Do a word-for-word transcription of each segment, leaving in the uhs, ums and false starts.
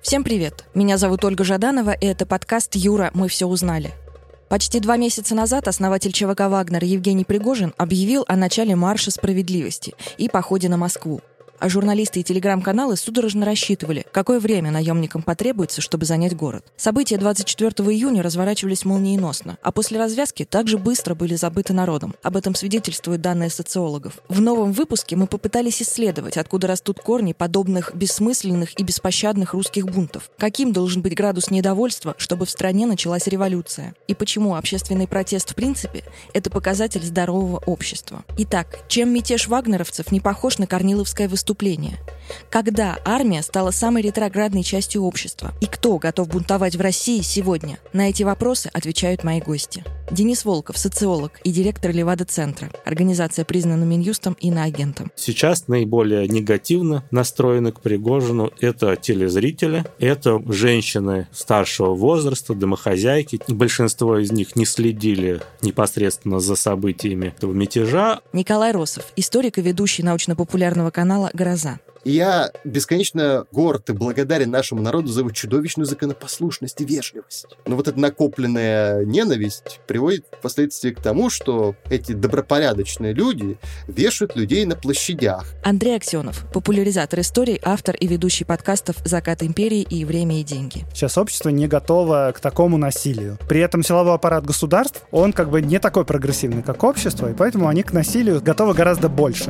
Всем привет! Меня зовут Ольга Жаданова, и это подкаст «Юра, мы все узнали». Почти два месяца назад основатель ЧВК «Вагнер» Евгений Пригожин объявил о начале марша справедливости и походе на Москву. А журналисты и телеграм-каналы судорожно рассчитывали, какое время наемникам потребуется, чтобы занять город. События двадцать четвёртого июня разворачивались молниеносно, а после развязки также быстро были забыты народом. Об этом свидетельствуют данные социологов. В новом выпуске мы попытались исследовать, откуда растут корни подобных бессмысленных и беспощадных русских бунтов. Каким должен быть градус недовольства, чтобы в стране началась революция? И почему общественный протест в принципе – это показатель здорового общества? Итак, чем мятеж вагнеровцев не похож на корниловское выступление? Когда армия стала самой ретроградной частью общества? И кто готов бунтовать в России сегодня? На эти вопросы отвечают мои гости. Денис Волков, социолог и директор Левада-центра. Организация признана Минюстом иноагентом. Сейчас наиболее негативно настроены к Пригожину это телезрители, это женщины старшего возраста, домохозяйки. Большинство из них не следили непосредственно за событиями этого мятежа. Николай Росов, историк и ведущий научно-популярного канала «Гроза». Я бесконечно горд и благодарен нашему народу за его чудовищную законопослушность и вежливость. Но вот эта накопленная ненависть приводит впоследствии к тому, что эти добропорядочные люди вешают людей на площадях. Андрей Аксенов, популяризатор истории, автор и ведущий подкастов «Закат империи» и «Время и деньги». Сейчас общество не готово к такому насилию. При этом силовой аппарат государств, он как бы не такой прогрессивный, как общество, и поэтому они к насилию готовы гораздо больше.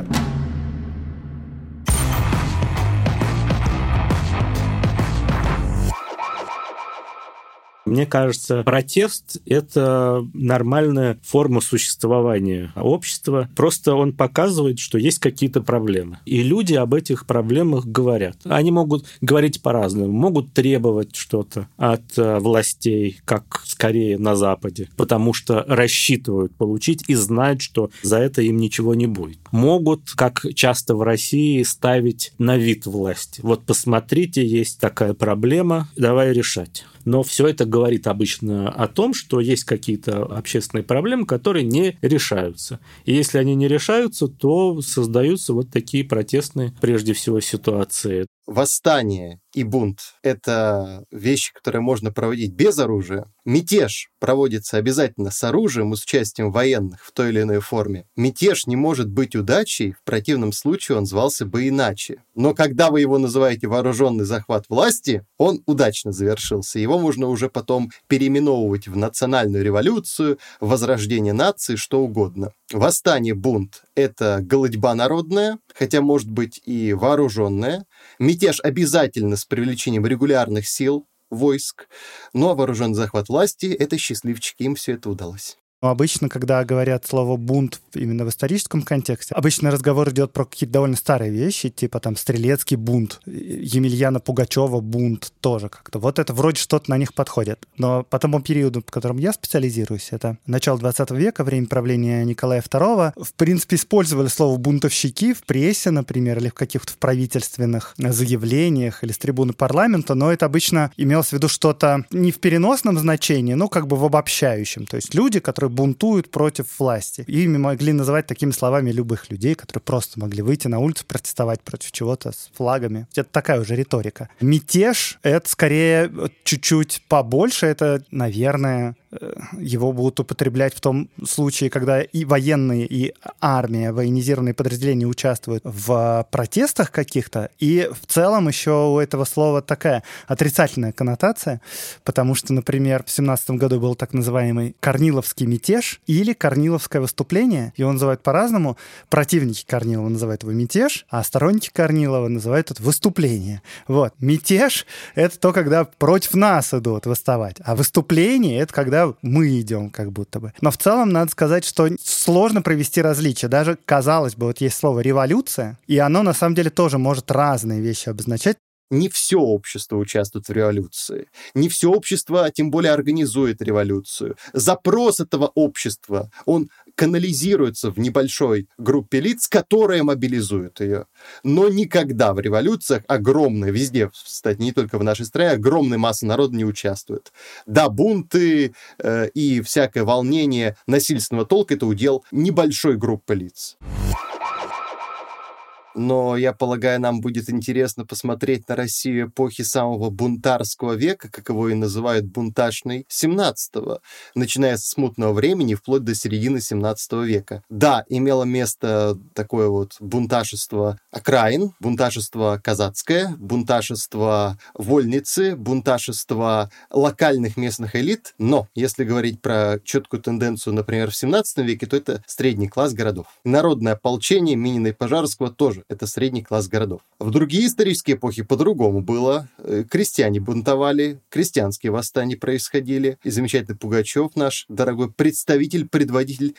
Мне кажется, протест — это нормальная форма существования общества. Просто он показывает, что есть какие-то проблемы. И люди об этих проблемах говорят. Они могут говорить по-разному. Могут требовать что-то от властей, как скорее на Западе, потому что рассчитывают получить и знают, что за это им ничего не будет. Могут, как часто в России, ставить на вид власти. Вот посмотрите, есть такая проблема, давай решать. Но все это говорит обычно о том, что есть какие-то общественные проблемы, которые не решаются. И если они не решаются, то создаются вот такие протестные, прежде всего, ситуации. Восстание и бунт – это вещи, которые можно проводить без оружия. Мятеж проводится обязательно с оружием и с участием военных в той или иной форме. Мятеж не может быть удачей, в противном случае он звался бы иначе. Но когда вы его называете вооруженный захват власти, он удачно завершился. Его можно уже потом переименовывать в национальную революцию, возрождение нации, что угодно. Восстание, бунт – это голодьба народная, хотя может быть и вооруженная. Мятеж обязательно с привлечением регулярных сил, войск. Ну а вооруженный захват власти – это счастливчики, им все это удалось. Но обычно, когда говорят слово «бунт» именно в историческом контексте, обычно разговор идет про какие-то довольно старые вещи, типа там Стрелецкий бунт, Емельяна Пугачева бунт тоже как-то. Вот это вроде что-то на них подходит. Но по тому периоду, по которому я специализируюсь, это начало двадцатого века, время правления Николая второго, в принципе, использовали слово «бунтовщики» в прессе, например, или в каких-то в правительственных заявлениях, или с трибуны парламента, но это обычно имелось в виду что-то не в переносном значении, но как бы в обобщающем. То есть люди, которые бунтуют против власти. Ими могли называть такими словами любых людей, которые просто могли выйти на улицу, протестовать против чего-то с флагами. Это такая уже риторика. Мятеж — это скорее чуть-чуть побольше. Это, наверное, его будут употреблять в том случае, когда и военные, и армия, военизированные подразделения участвуют в протестах каких-то. И в целом еще у этого слова такая отрицательная коннотация, потому что, например, в семнадцатом году был так называемый Корниловский мятеж или Корниловское выступление. Его называют по-разному. Противники Корнилова называют его мятеж, а сторонники Корнилова называют это выступление. Вот. Мятеж — это то, когда против нас идут восставать. А выступление — это когда мы идем как будто бы. Но в целом надо сказать, что сложно провести различия. Даже, казалось бы, вот есть слово «революция», и оно на самом деле тоже может разные вещи обозначать. Не все общество участвует в революции. Не все общество, тем более, организует революцию. Запрос этого общества, он канализируется в небольшой группе лиц, которые мобилизуют ее. Но никогда в революциях огромная, везде, кстати, не только в нашей стране, огромная масса народа не участвует. Да, бунты э, и всякое волнение насильственного толка — это удел небольшой группы лиц. но я полагаю, нам будет интересно посмотреть на Россию эпохи самого бунтарского века, как его и называют бунтажный, семнадцатого, начиная с смутного времени вплоть до середины семнадцатого века. Да, имело место такое вот бунташество окраин, бунташество казацкое, бунташество вольницы, бунташество локальных местных элит, но если говорить про четкую тенденцию, например, в семнадцатом веке, то это средний класс городов. Народное ополчение Минина и Пожарского тоже это средний класс городов. В другие исторические эпохи по-другому было. Крестьяне бунтовали, крестьянские восстания происходили, и замечательный Пугачев, наш дорогой представитель, предводитель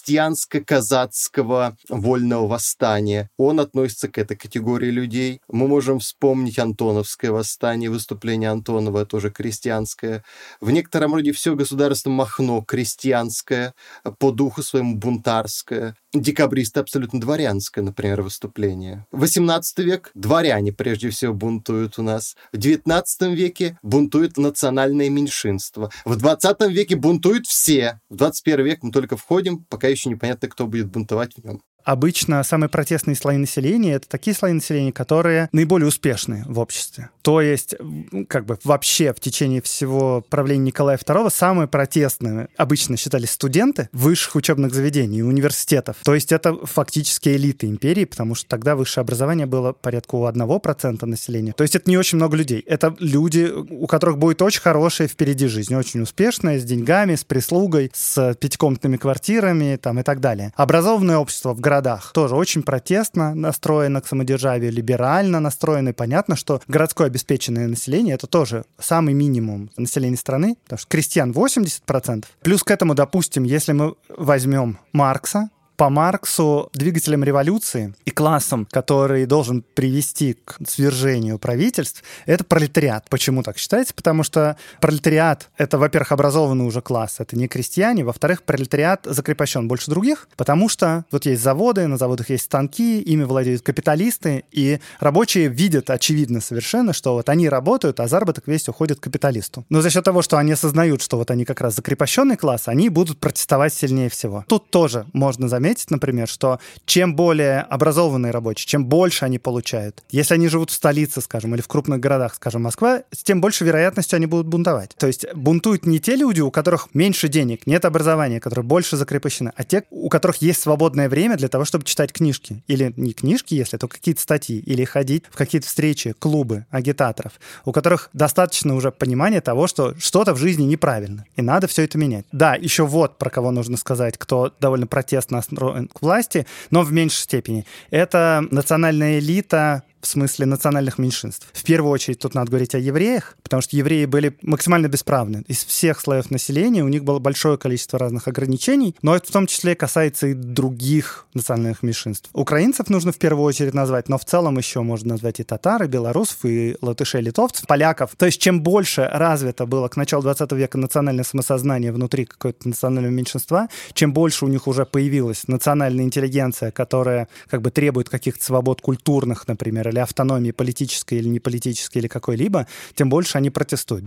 крестьянско-казацкого вольного восстания. Он относится к этой категории людей. Мы можем вспомнить Антоновское восстание, выступление Антонова, тоже крестьянское. В некотором роде все государство Махно крестьянское, по духу своему бунтарское. Декабристы абсолютно дворянское, например, выступление. восемнадцатый век дворяне прежде всего бунтуют у нас. В девятнадцатом веке бунтует национальное меньшинство. В двадцатом веке бунтуют все. В двадцать первый век мы только входим, пока еще непонятно, кто будет бунтовать в нем. Обычно самые протестные слои населения — это такие слои населения, которые наиболее успешны в обществе. То есть, как бы вообще в течение всего правления Николая второго самые протестные обычно считались студенты высших учебных заведений и университетов. То есть это фактически элита империи, потому что тогда высшее образование было порядка у одного процента населения. То есть это не очень много людей. Это люди, у которых будет очень хорошая впереди жизнь, очень успешная, с деньгами, с прислугой, с пятикомнатными квартирами там, и так далее. Образованное общество в городах тоже очень протестно настроено к самодержавию, либерально настроено. И понятно, что городское обеспеченное население — это тоже самый минимум населения страны, потому что крестьян восемьдесят процентов. Плюс к этому, допустим, если мы возьмем Маркса, по Марксу двигателем революции и классом, который должен привести к свержению правительств, это пролетариат. Почему так считается? Потому что пролетариат — это, во-первых, образованный уже класс, это не крестьяне, во-вторых, пролетариат закрепощен больше других, потому что вот есть заводы, на заводах есть станки, ими владеют капиталисты, и рабочие видят очевидно совершенно, что вот они работают, а заработок весь уходит капиталисту. Но за счет того, что они осознают, что вот они как раз закрепощенный класс, они будут протестовать сильнее всего. Тут тоже можно заметить, заметить, например, что чем более образованные рабочие, чем больше они получают, если они живут в столице, скажем, или в крупных городах, скажем, Москва, тем больше вероятностью они будут бунтовать. То есть бунтуют не те люди, у которых меньше денег, нет образования, которые больше закрепощены, а те, у которых есть свободное время для того, чтобы читать книжки. Или не книжки, если, то какие-то статьи, или ходить в какие-то встречи, клубы агитаторов, у которых достаточно уже понимания того, что что-то в жизни неправильно, и надо все это менять. Да, еще вот про кого нужно сказать, кто довольно протестно настроен к власти, но в меньшей степени. Это национальная элита, в смысле национальных меньшинств. В первую очередь тут надо говорить о евреях, потому что евреи были максимально бесправны. Из всех слоев населения у них было большое количество разных ограничений, но это в том числе касается и других национальных меньшинств. Украинцев нужно в первую очередь назвать, но в целом еще можно назвать и татар, и белорусов, и латышей, литовцев, поляков. То есть чем больше развито было к началу двадцатого века национальное самосознание внутри какого-то национального меньшинства, чем больше у них уже появилась национальная интеллигенция, которая как бы требует каких-то свобод культурных, например, или автономии политической или неполитической или какой-либо, тем больше они протестуют.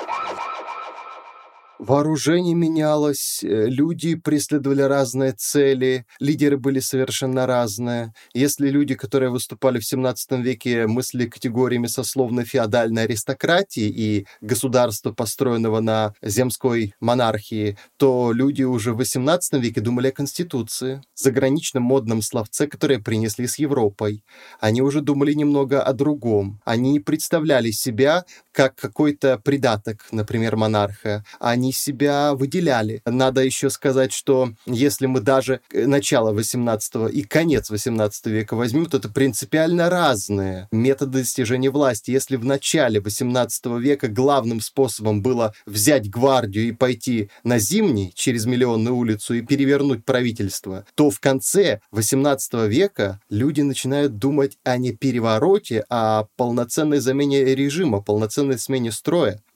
Вооружение менялось, люди преследовали разные цели, лидеры были совершенно разные. Если люди, которые выступали в семнадцатом веке, мыслили категориями сословно-феодальной аристократии и государства, построенного на земской монархии, то люди уже в восемнадцатом веке думали о Конституции, заграничном модном словце, которое принесли с Европой. Они уже думали немного о другом. Они не представляли себя как какой-то придаток, например, монарха. Они себя выделяли. Надо еще сказать, что если мы даже начало восемнадцатого и конец восемнадцатого века возьмем, то это принципиально разные методы достижения власти. Если в начале восемнадцатого века главным способом было взять гвардию и пойти на Зимний через Миллионную улицу и перевернуть правительство, то в конце восемнадцатого века люди начинают думать о не перевороте, а о полноценной замене режима, полноценной смене строя.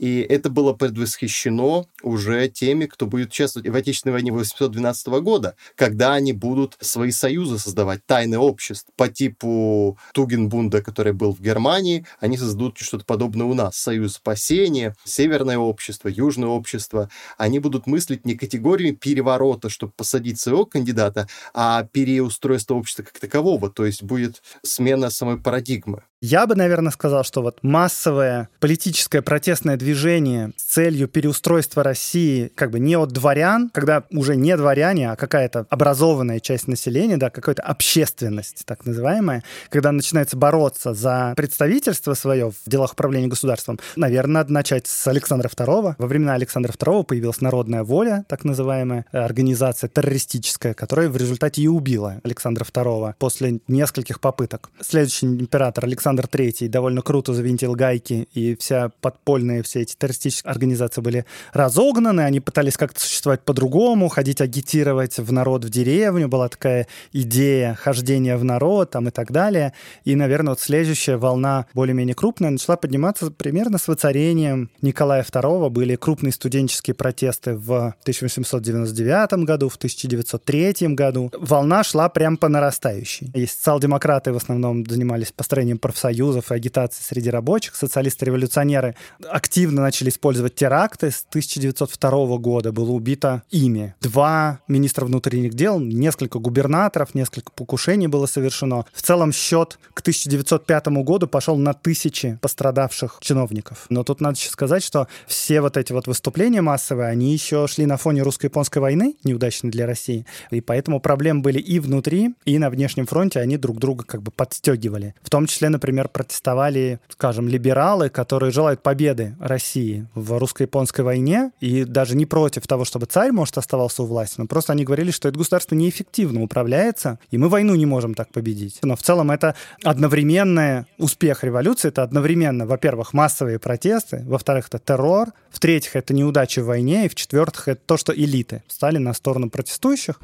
И это было предвосхищено уже теми, кто будет участвовать в Отечественной войне восемьсот двенадцатого года, когда они будут свои союзы создавать, тайные общества по типу Тугенбунда, который был в Германии. Они создадут что-то подобное у нас. Союз спасения, Северное общество, Южное общество. Они будут мыслить не категориями переворота, чтобы посадить своего кандидата, а переустройство общества как такового. То есть будет смена самой парадигмы. Я бы, наверное, сказал, что вот массовое политическое протестное движение с целью переустройства России как бы не от дворян, когда уже не дворяне, а какая-то образованная часть населения, да, какая-то общественность, так называемая, когда начинается бороться за представительство свое в делах управления государством, наверное, надо начать с Александра второго. Во времена Александра второго появилась Народная воля, так называемая, организация террористическая, которая в результате и убила Александра второго после нескольких попыток. Следующий император Александр Александр третий довольно круто завинтил гайки, и вся подпольные, все эти террористические организации были разогнаны, они пытались как-то существовать по-другому, ходить агитировать в народ в деревню, была такая идея хождения в народ там, и так далее. И, наверное, вот следующая волна, более-менее крупная, начала подниматься примерно с воцарением Николая второго. Были крупные студенческие протесты в тысяча восемьсот девяносто девятом году, в тысяча девятьсот третьем году. Волна шла прям по нарастающей. И социал-демократы в основном занимались построением профсоюзов, союзов и агитации среди рабочих. Социалисты-революционеры активно начали использовать теракты. С тысяча девятьсот второго года было убито ими два министра внутренних дел, несколько губернаторов, несколько покушений было совершено. В целом счет к тысяча девятьсот пятому году пошел на тысячи пострадавших чиновников. Но тут надо еще сказать, что все вот эти вот выступления массовые, они еще шли на фоне русско-японской войны, неудачной для России. И поэтому проблемы были и внутри, и на внешнем фронте, они друг друга как бы подстегивали. В том числе, например, Например, протестовали, скажем, либералы, которые желают победы России в русско-японской войне, и даже не против того, чтобы царь, может, оставался у власти, но просто они говорили, что это государство неэффективно управляется, и мы войну не можем так победить. Но в целом это одновременный успех революции, это одновременно, во-первых, массовые протесты, во-вторых, это террор, в-третьих, это неудачи в войне, и в-четвертых, это то, что элиты стали на сторону протестующих.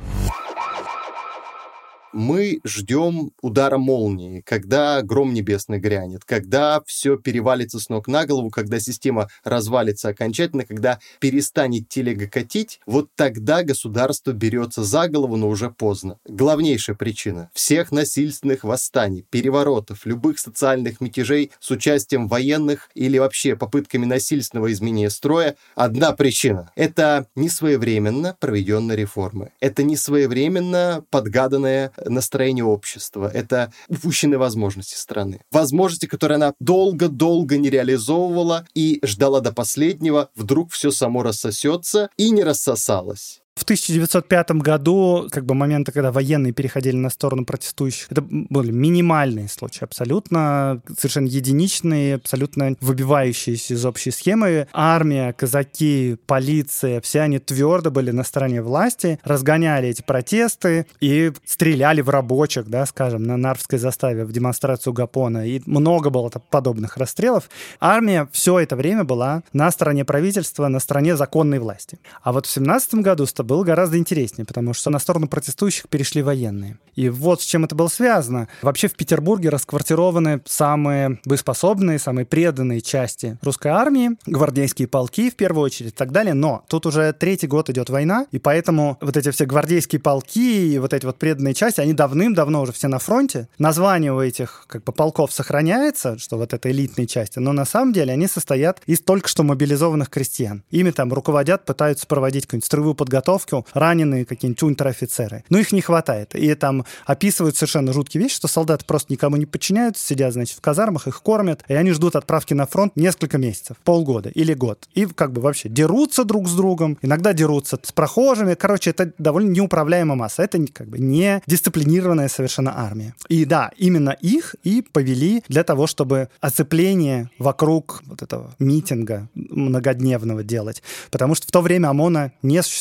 Мы ждем удара молнии, когда гром небесный грянет, когда все перевалится с ног на голову, когда система развалится окончательно, когда перестанет телега катить, вот тогда государство берется за голову, но уже поздно. Главнейшая причина всех насильственных восстаний, переворотов, любых социальных мятежей с участием военных или вообще попытками насильственного изменения строя, одна причина. Это несвоевременно проведенные реформы. Это несвоевременно подгаданное настроение общества, это упущенные возможности страны. Возможности, которые она долго-долго не реализовывала и ждала до последнего, вдруг все само рассосется и не рассосалось. В тысяча девятьсот пятом году, как бы моменты, когда военные переходили на сторону протестующих, это были минимальные случаи, абсолютно совершенно единичные, абсолютно выбивающиеся из общей схемы. Армия, казаки, полиция, все они твердо были на стороне власти, разгоняли эти протесты и стреляли в рабочих, да, скажем, на Нарвской заставе в демонстрацию Гапона. И много было подобных расстрелов. Армия все это время была на стороне правительства, на стороне законной власти. А вот в семнадцатом году было гораздо интереснее, потому что на сторону протестующих перешли военные. И вот с чем это было связано. Вообще в Петербурге расквартированы самые боеспособные, самые преданные части русской армии, гвардейские полки в первую очередь и так далее. Но тут уже третий год идет война, и поэтому вот эти все гвардейские полки и вот эти вот преданные части, они давным-давно уже все на фронте. Название у этих как бы полков сохраняется, что вот это элитные части, но на самом деле они состоят из только что мобилизованных крестьян. Ими там руководят, пытаются проводить какую-нибудь строевую подготовку, раненые какие-нибудь унтер-офицеры. Но их не хватает. И там описывают совершенно жуткие вещи, что солдаты просто никому не подчиняются, сидят, значит, в казармах, их кормят, и они ждут отправки на фронт несколько месяцев, полгода или год. И как бы вообще дерутся друг с другом, иногда дерутся с прохожими. Короче, это довольно неуправляемая масса. Это как бы не дисциплинированная совершенно армия. И да, именно их и повели для того, чтобы оцепление вокруг вот этого митинга многодневного делать. Потому что в то время ОМОНа не существовало.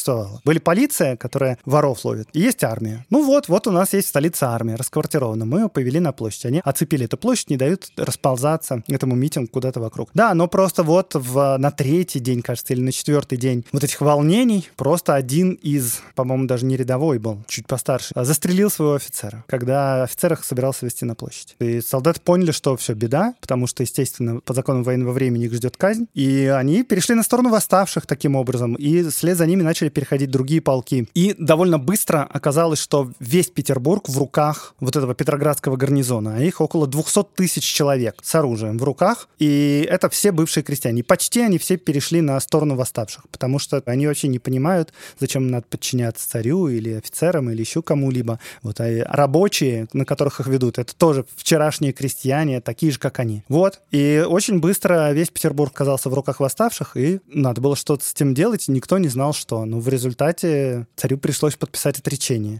Были полиция, которая воров ловит, и есть армия. Ну вот, вот у нас есть столица армии, расквартирована. Мы ее повели на площадь. Они оцепили эту площадь, не дают расползаться этому митингу куда-то вокруг. Да, но просто вот в, на третий день, кажется, или на четвертый день вот этих волнений просто один из, по-моему, даже не рядовой был, чуть постарше, застрелил своего офицера, когда офицер их собирался вести на площадь. И солдаты поняли, что все, беда, потому что, естественно, по законам военного времени их ждет казнь, и они перешли на сторону восставших таким образом, и вслед за ними начали переходить другие полки. И довольно быстро оказалось, что весь Петербург в руках вот этого петроградского гарнизона, а их около двести тысяч человек с оружием в руках, и это все бывшие крестьяне. И почти они все перешли на сторону восставших, потому что они вообще не понимают, зачем им надо подчиняться царю или офицерам, или еще кому-либо. Вот, а рабочие, на которых их ведут, это тоже вчерашние крестьяне, такие же, как они. Вот. И очень быстро весь Петербург оказался в руках восставших, и надо было что-то с этим делать, и никто не знал, что. Но в результате царю пришлось подписать отречение.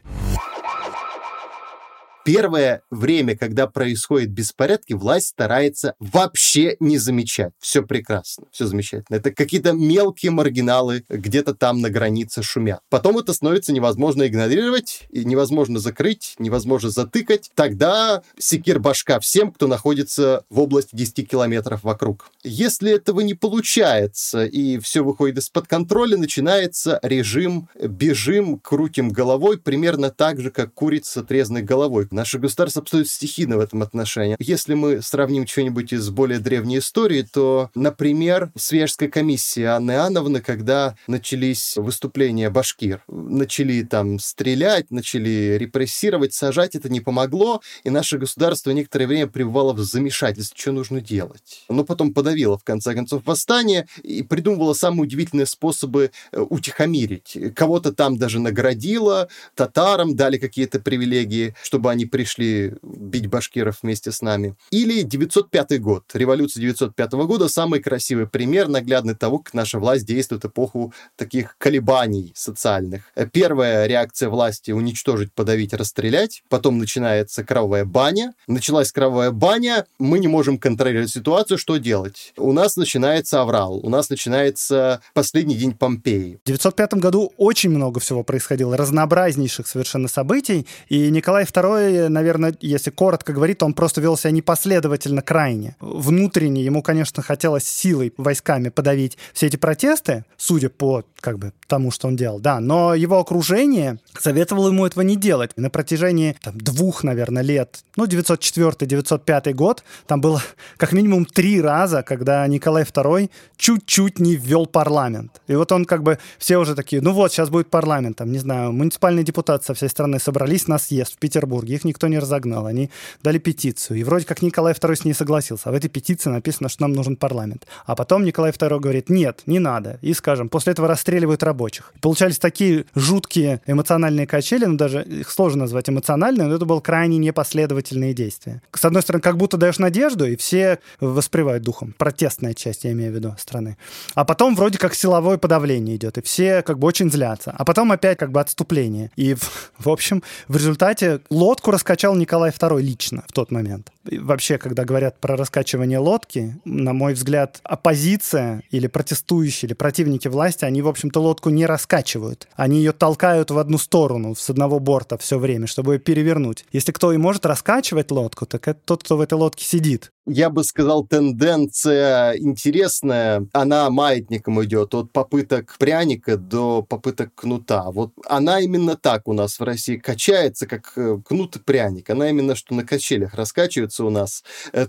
Первое время, когда происходят беспорядки, власть старается вообще не замечать. Все прекрасно, все замечательно. Это какие-то мелкие маргиналы где-то там на границе шумят. Потом это становится невозможно игнорировать, и невозможно закрыть, невозможно затыкать. Тогда секир башка всем, кто находится в области десяти километров вокруг. Если этого не получается, и все выходит из-под контроля, начинается режим «бежим, крутим головой», примерно так же, как курица с отрезанной головой. Наше государство абсолютно стихийно в этом отношении. Если мы сравним что-нибудь из более древней истории, то, например, Свияжская комиссия Анны Иоанновны, когда начались выступления башкир, начали там стрелять, начали репрессировать, сажать, это не помогло, и наше государство некоторое время пребывало в замешательстве, что нужно делать. Но потом подавило, в конце концов, восстание и придумывало самые удивительные способы утихомирить. Кого-то там даже наградило, татарам дали какие-то привилегии, чтобы они пришли бить башкиров вместе с нами. Или девятьсот пятый год. Революция девятьсот пятого года — самый красивый пример, наглядный того, как наша власть действует в эпоху таких колебаний социальных. Первая реакция власти — уничтожить, подавить, расстрелять. Потом начинается кровавая баня. Началась кровавая баня, мы не можем контролировать ситуацию, что делать? У нас начинается аврал, у нас начинается последний день Помпеи. В девятьсот пятом году очень много всего происходило, разнообразнейших совершенно событий, и Николай второй, наверное, если коротко говорить, то он просто вел себя непоследовательно крайне. Внутренне ему, конечно, хотелось силой, войсками подавить все эти протесты, судя по как бы тому, что он делал, да, но его окружение советовало ему этого не делать. На протяжении там, двух, наверное, лет, ну, девятьсот четвёртый — девятьсот пятый год, там было как минимум три раза, когда Николай второй чуть-чуть не ввел парламент. И вот он как бы, все уже такие, ну вот, сейчас будет парламент, там, не знаю, муниципальные депутаты со всей страны собрались на съезд в Петербурге, их никто не разогнал, они дали петицию, и вроде как Николай второй с ней согласился, а в этой петиции написано, что нам нужен парламент. А потом Николай второй говорит, нет, не надо, и, скажем, после этого расстреливают рабочих. Получались такие жуткие эмоциональные качели, ну, даже их сложно назвать эмоциональными, но это было крайне непоследовательные действия. С одной стороны, как будто даешь надежду, и все воспревают духом. Протестная часть, я имею в виду, страны. А потом вроде как силовое подавление идет, и все как бы очень злятся. А потом опять как бы отступление. И, в, в общем, в результате лодку раскачал Николай второй лично в тот момент. И вообще, когда говорят про раскачивание лодки, на мой взгляд, оппозиция или протестующие, или противники власти, они, в общем-то, лодку не раскачивают. Они ее толкают в одну сторону, с одного борта все время, чтобы ее перевернуть. Если кто и может раскачивать лодку, так это тот, кто в этой лодке сидит. Я бы сказал, тенденция интересная, она маятником идет от попыток пряника до попыток кнута. Вот она именно так у нас в России качается, как кнут и пряник. Она именно что на качелях раскачивается у нас.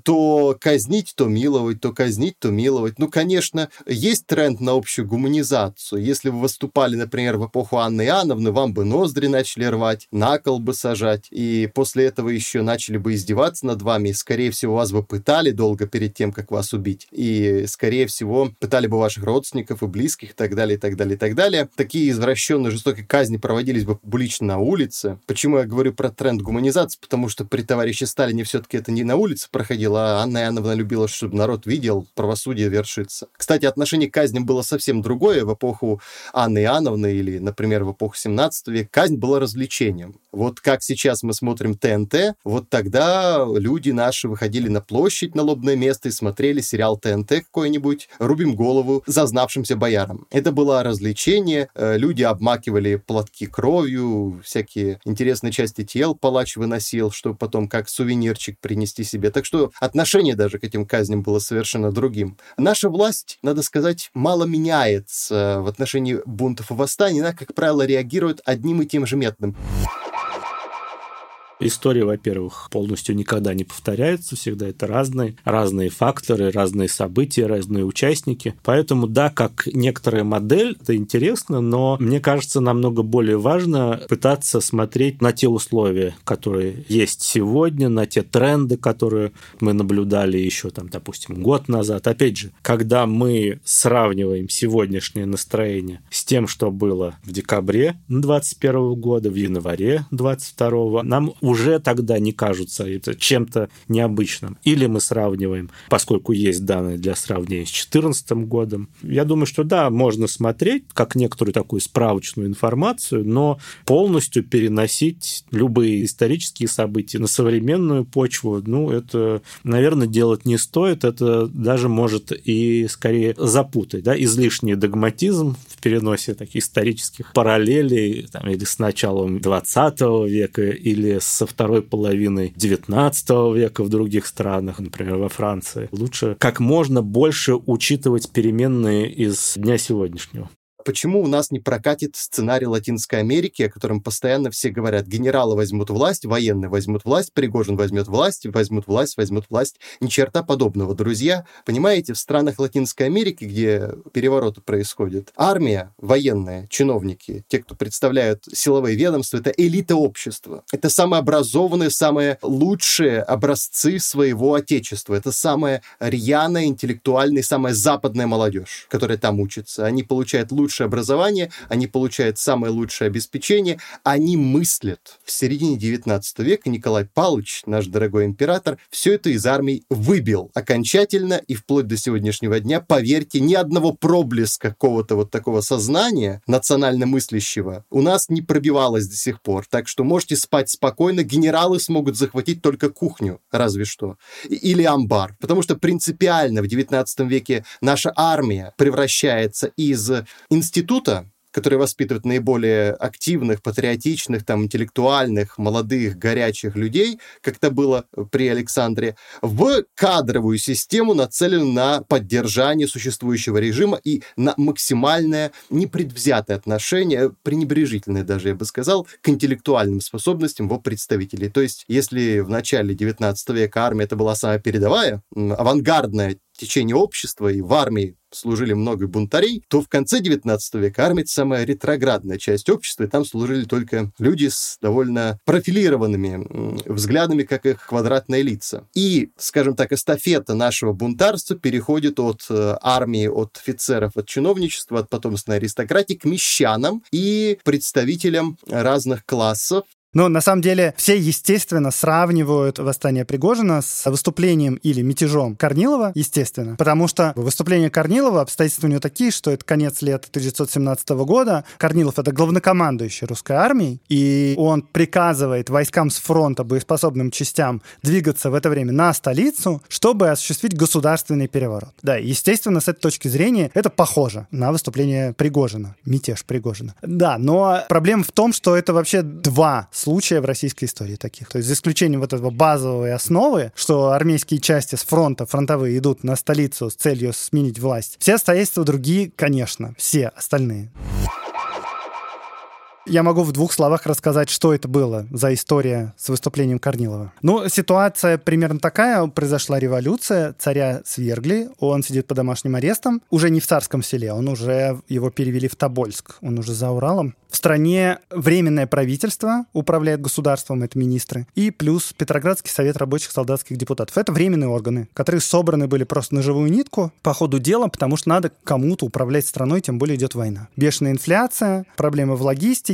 То казнить, то миловать, то казнить, то миловать. Ну, конечно, есть тренд на общую гуманизацию. Если вы выступали, например, в эпоху Анны Иоанновны, вам бы ноздри начали рвать, на кол бы сажать, и после этого еще начали бы издеваться над вами, и, скорее всего, вас бы пытали пытали долго перед тем, как вас убить. И, скорее всего, пытали бы ваших родственников и близких и так далее, и так далее, и так далее. Такие извращенные, жестокие казни проводились бы публично на улице. Почему я говорю про тренд гуманизации? Потому что при товарище Сталине все-таки это не на улице проходило, а Анна Иоанновна любила, чтобы народ видел, правосудие вершится. Кстати, отношение к казням было совсем другое. В эпоху Анны Иоанновны или, например, в эпоху семнадцатого века казнь была развлечением. Вот как сейчас мы смотрим ТНТ, вот тогда люди наши выходили на площадь, на Лобное место и смотрели сериал ТНТ какой-нибудь «Рубим голову зазнавшимся боярам». Это было развлечение, люди обмакивали платки кровью, всякие интересные части тел палач выносил, чтобы потом как сувенирчик принести себе. Так что отношение даже к этим казням было совершенно другим. Наша власть, надо сказать, мало меняется в отношении бунтов и восстаний. Она, как правило, реагирует одним и тем же методом. История, во-первых, полностью никогда не повторяется, всегда это разные, разные факторы, разные события, разные участники. Поэтому, да, как некоторая модель, это интересно, но мне кажется, намного более важно пытаться смотреть на те условия, которые есть сегодня, на те тренды, которые мы наблюдали еще, там, допустим, год назад. Опять же, когда мы сравниваем сегодняшнее настроение с тем, что было в декабре двадцать первого года, в январе двадцать второго, нам уже тогда не кажутся это чем-то необычным. Или мы сравниваем, поскольку есть данные для сравнения с две тысячи четырнадцатым годом. Я думаю, что да, можно смотреть как некоторую такую справочную информацию, но полностью переносить любые исторические события на современную почву, ну, это, наверное, делать не стоит. Это даже может и скорее запутать, да, излишний догматизм в переносе таких исторических параллелей, там, или с началом двадцатого века, или с со второй половины девятнадцатого века в других странах, например, во Франции. Лучше как можно больше учитывать переменные из дня сегодняшнего. Почему у нас не прокатит сценарий Латинской Америки, о котором постоянно все говорят: генералы возьмут власть, военные возьмут власть, Пригожин возьмет власть, возьмут власть, возьмут власть. Ни черта подобного, друзья. Понимаете, в странах Латинской Америки, где перевороты происходят, армия, военные, чиновники, те, кто представляют силовые ведомства, это элита общества. Это самые образованные, самые лучшие образцы своего отечества. Это самая рьяная, интеллектуальная, самая западная молодежь, которая там учится. Они получают лучшее образование, они получают самое лучшее обеспечение, они мыслят. В середине девятнадцатого века Николай Павлович, наш дорогой император, все это из армии выбил окончательно, и вплоть до сегодняшнего дня, поверьте, ни одного проблеска какого-то вот такого сознания национально мыслящего у нас не пробивалось до сих пор. Так что можете спать спокойно, генералы смогут захватить только кухню, разве что, или амбар. Потому что принципиально в девятнадцатом веке наша армия превращается из института, который воспитывает наиболее активных, патриотичных, там, интеллектуальных, молодых, горячих людей, как это было при Александре, в кадровую систему, нацеленную на поддержание существующего режима и на максимальное непредвзятое отношение, пренебрежительное даже, я бы сказал, к интеллектуальным способностям его представителей. То есть, если в начале девятнадцатого века армия это была самая передовая, авангардная течение общества, и в армии служили много бунтарей, то в конце девятнадцатого века армия — это самая ретроградная часть общества, и там служили только люди с довольно профилированными взглядами, как их квадратные лица. И, скажем так, эстафета нашего бунтарства переходит от армии, от офицеров, от чиновничества, от потомственной аристократии к мещанам и представителям разных классов. Но на самом деле все, естественно, сравнивают восстание Пригожина с выступлением или мятежом Корнилова, естественно, потому что выступление Корнилова, обстоятельства у него такие, что это конец лета тысяча девятьсот семнадцатого года. Корнилов — это главнокомандующий русской армией, и он приказывает войскам с фронта, боеспособным частям, двигаться в это время на столицу, чтобы осуществить государственный переворот. Да, естественно, с этой точки зрения это похоже на выступление Пригожина, мятеж Пригожина. Да, но проблема в том, что это вообще два случая в российской истории таких. То есть за исключением вот этого базовой основы, что армейские части с фронта, фронтовые, идут на столицу с целью сменить власть. Все обстоятельства другие, конечно, все остальные. Я могу в двух словах рассказать, что это было за история с выступлением Корнилова. Ну, ситуация примерно такая. Произошла революция, царя свергли, он сидит под домашним арестом. Уже не в Царском Селе, он уже, его перевели в Тобольск, он уже за Уралом. В стране временное правительство управляет государством, это министры, и плюс Петроградский совет рабочих солдатских депутатов. Это временные органы, которые собраны были просто на живую нитку по ходу дела, потому что надо кому-то управлять страной, тем более идет война. Бешеная инфляция, проблемы в логистике,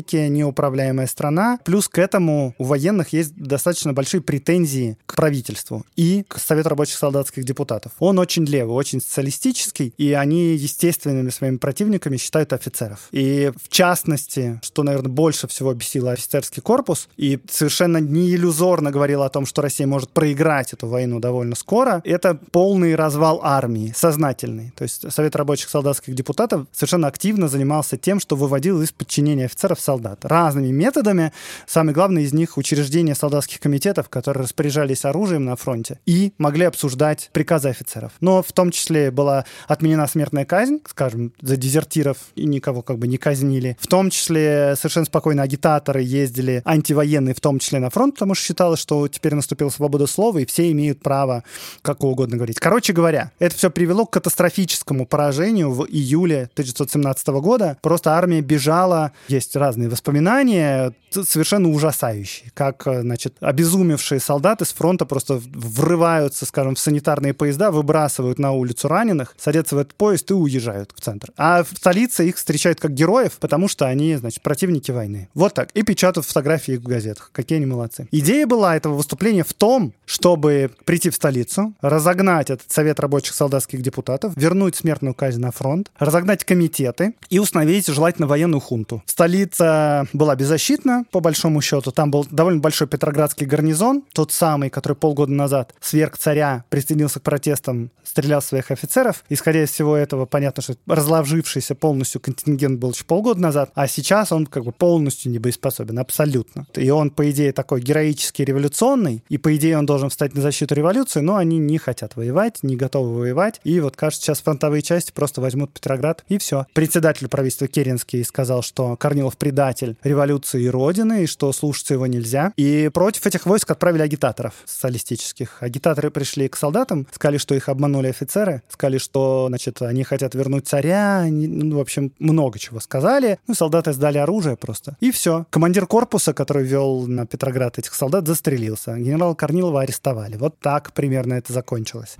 Африке, неуправляемая страна. Плюс к этому у военных есть достаточно большие претензии к правительству и к Совету рабочих солдатских депутатов. Он очень левый, очень социалистический, и они естественными своими противниками считают офицеров. И в частности, что, наверное, больше всего бесило офицерский корпус, и совершенно не иллюзорно говорило о том, что Россия может проиграть эту войну довольно скоро, это полный развал армии, сознательный. То есть Совет рабочих солдатских депутатов совершенно активно занимался тем, что выводил из подчинения офицеров солдат разными методами. Самый главный из них — учреждение солдатских комитетов, которые распоряжались оружием на фронте и могли обсуждать приказы офицеров. Но в том числе была отменена смертная казнь, скажем, за дезертиров, и никого как бы не казнили. В том числе совершенно спокойно агитаторы ездили, антивоенные в том числе, на фронт, потому что считалось, что теперь наступила свобода слова, и все имеют право как угодно говорить. Короче говоря, это все привело к катастрофическому поражению в июле тысяча девятьсот семнадцатого года. Просто армия бежала. Есть разные воспоминания, совершенно ужасающие. Как, значит, обезумевшие солдаты с фронта просто врываются, скажем, в санитарные поезда, выбрасывают на улицу раненых, садятся в этот поезд и уезжают в центр. А в столице их встречают как героев, потому что они, значит, противники войны. Вот так. И печатают фотографии в газетах. Какие они молодцы. Идея была этого выступления в том, чтобы прийти в столицу, разогнать этот Совет рабочих солдатских депутатов, вернуть смертную казнь на фронт, разогнать комитеты и установить желательно военную хунту. Столица была беззащитна, по большому счету. Там был довольно большой Петроградский гарнизон, тот самый, который полгода назад сверг царя, присоединился к протестам, стрелял своих офицеров. Исходя из всего этого, понятно, что разложившийся полностью контингент был еще полгода назад, а сейчас он как бы полностью небоеспособен, абсолютно. И он, по идее, такой героический, революционный, и, по идее, он должен встать на защиту революции, но они не хотят воевать, не готовы воевать, и вот, кажется, сейчас фронтовые части просто возьмут Петроград, и все. Председатель правительства Керенский сказал, что Корнилов предатель революции и Родины, и что слушаться его нельзя. И против этих войск отправили агитаторов социалистических. Агитаторы пришли к солдатам, сказали, что их обманули офицеры, сказали, что, значит, они хотят вернуть царя, они, ну, в общем, много чего сказали. Ну, солдаты сдали оружие просто. И все. Командир корпуса, который вел на Петроград этих солдат, застрелился. Генерала Корнилова арестовали. Вот так примерно это закончилось.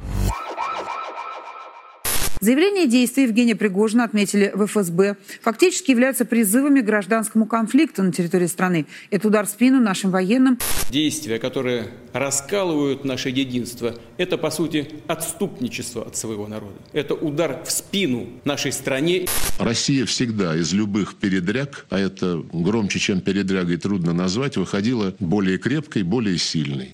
Заявления и действия Евгения Пригожина, отметили в эф эс бэ, фактически являются призывами к гражданскому конфликту на территории страны. Это удар в спину нашим военным. Действия, которые раскалывают наше единство, это, по сути, отступничество от своего народа. Это удар в спину нашей стране. Россия всегда из любых передряг, а это громче, чем передрягой трудно назвать, выходила более крепкой, более сильной.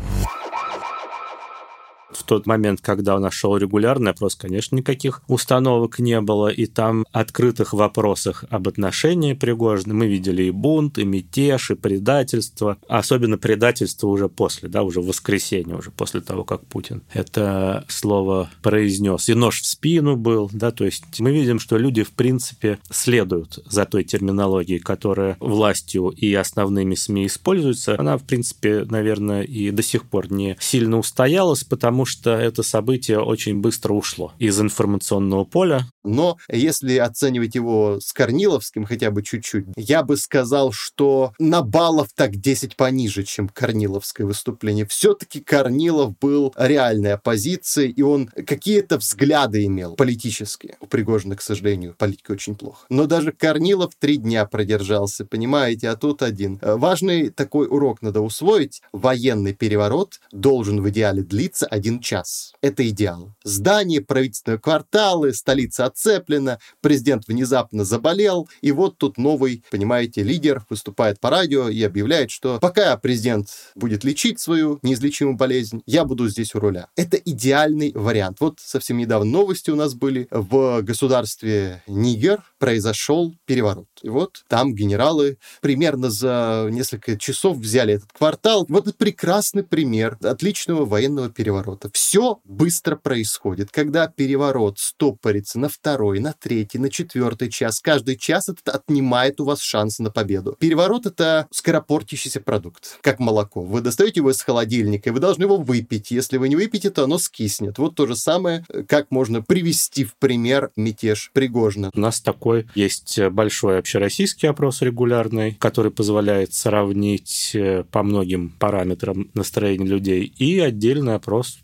В тот момент, когда у нас шел регулярный опрос, конечно, никаких установок не было, и там открытых вопросах об отношении Пригожина мы видели и бунт, и мятеж, и предательство. Особенно предательство уже после, да, уже в воскресенье, уже после того, как Путин это слово произнес. И нож в спину был, да, то есть мы видим, что люди, в принципе, следуют за той терминологией, которая властью и основными СМИ используется. Она, в принципе, наверное, и до сих пор не сильно устоялась, потому что это событие очень быстро ушло из информационного поля. Но если оценивать его с Корниловским хотя бы чуть-чуть, я бы сказал, что на баллов так десять пониже, чем Корниловское выступление. Все-таки Корнилов был реальной оппозицией, и он какие-то взгляды имел политические. У Пригожина, к сожалению, политика очень плохо. Но даже Корнилов три дня продержался, понимаете, а тут один. Важный такой урок надо усвоить. Военный переворот должен в идеале длиться один час. Это идеал. Здание, правительственные кварталы, столица отцеплена, президент внезапно заболел, и вот тут новый, понимаете, лидер выступает по радио и объявляет, что пока президент будет лечить свою неизлечимую болезнь, я буду здесь у руля. Это идеальный вариант. Вот совсем недавно новости у нас были. В государстве Нигер произошел переворот. И вот там генералы примерно за несколько часов взяли этот квартал. Вот это прекрасный пример отличного военного переворота. Все быстро происходит. Когда переворот стопорится на второй, на третий, на четвертый час, каждый час этот отнимает у вас шанс на победу. Переворот — это скоропортящийся продукт, как молоко. Вы достаете его из холодильника, и вы должны его выпить. Если вы не выпьете, то оно скиснет. Вот то же самое, как можно привести в пример мятеж Пригожина. У нас такой есть большой общероссийский опрос регулярный, который позволяет сравнить по многим параметрам настроение людей, и отдельный опрос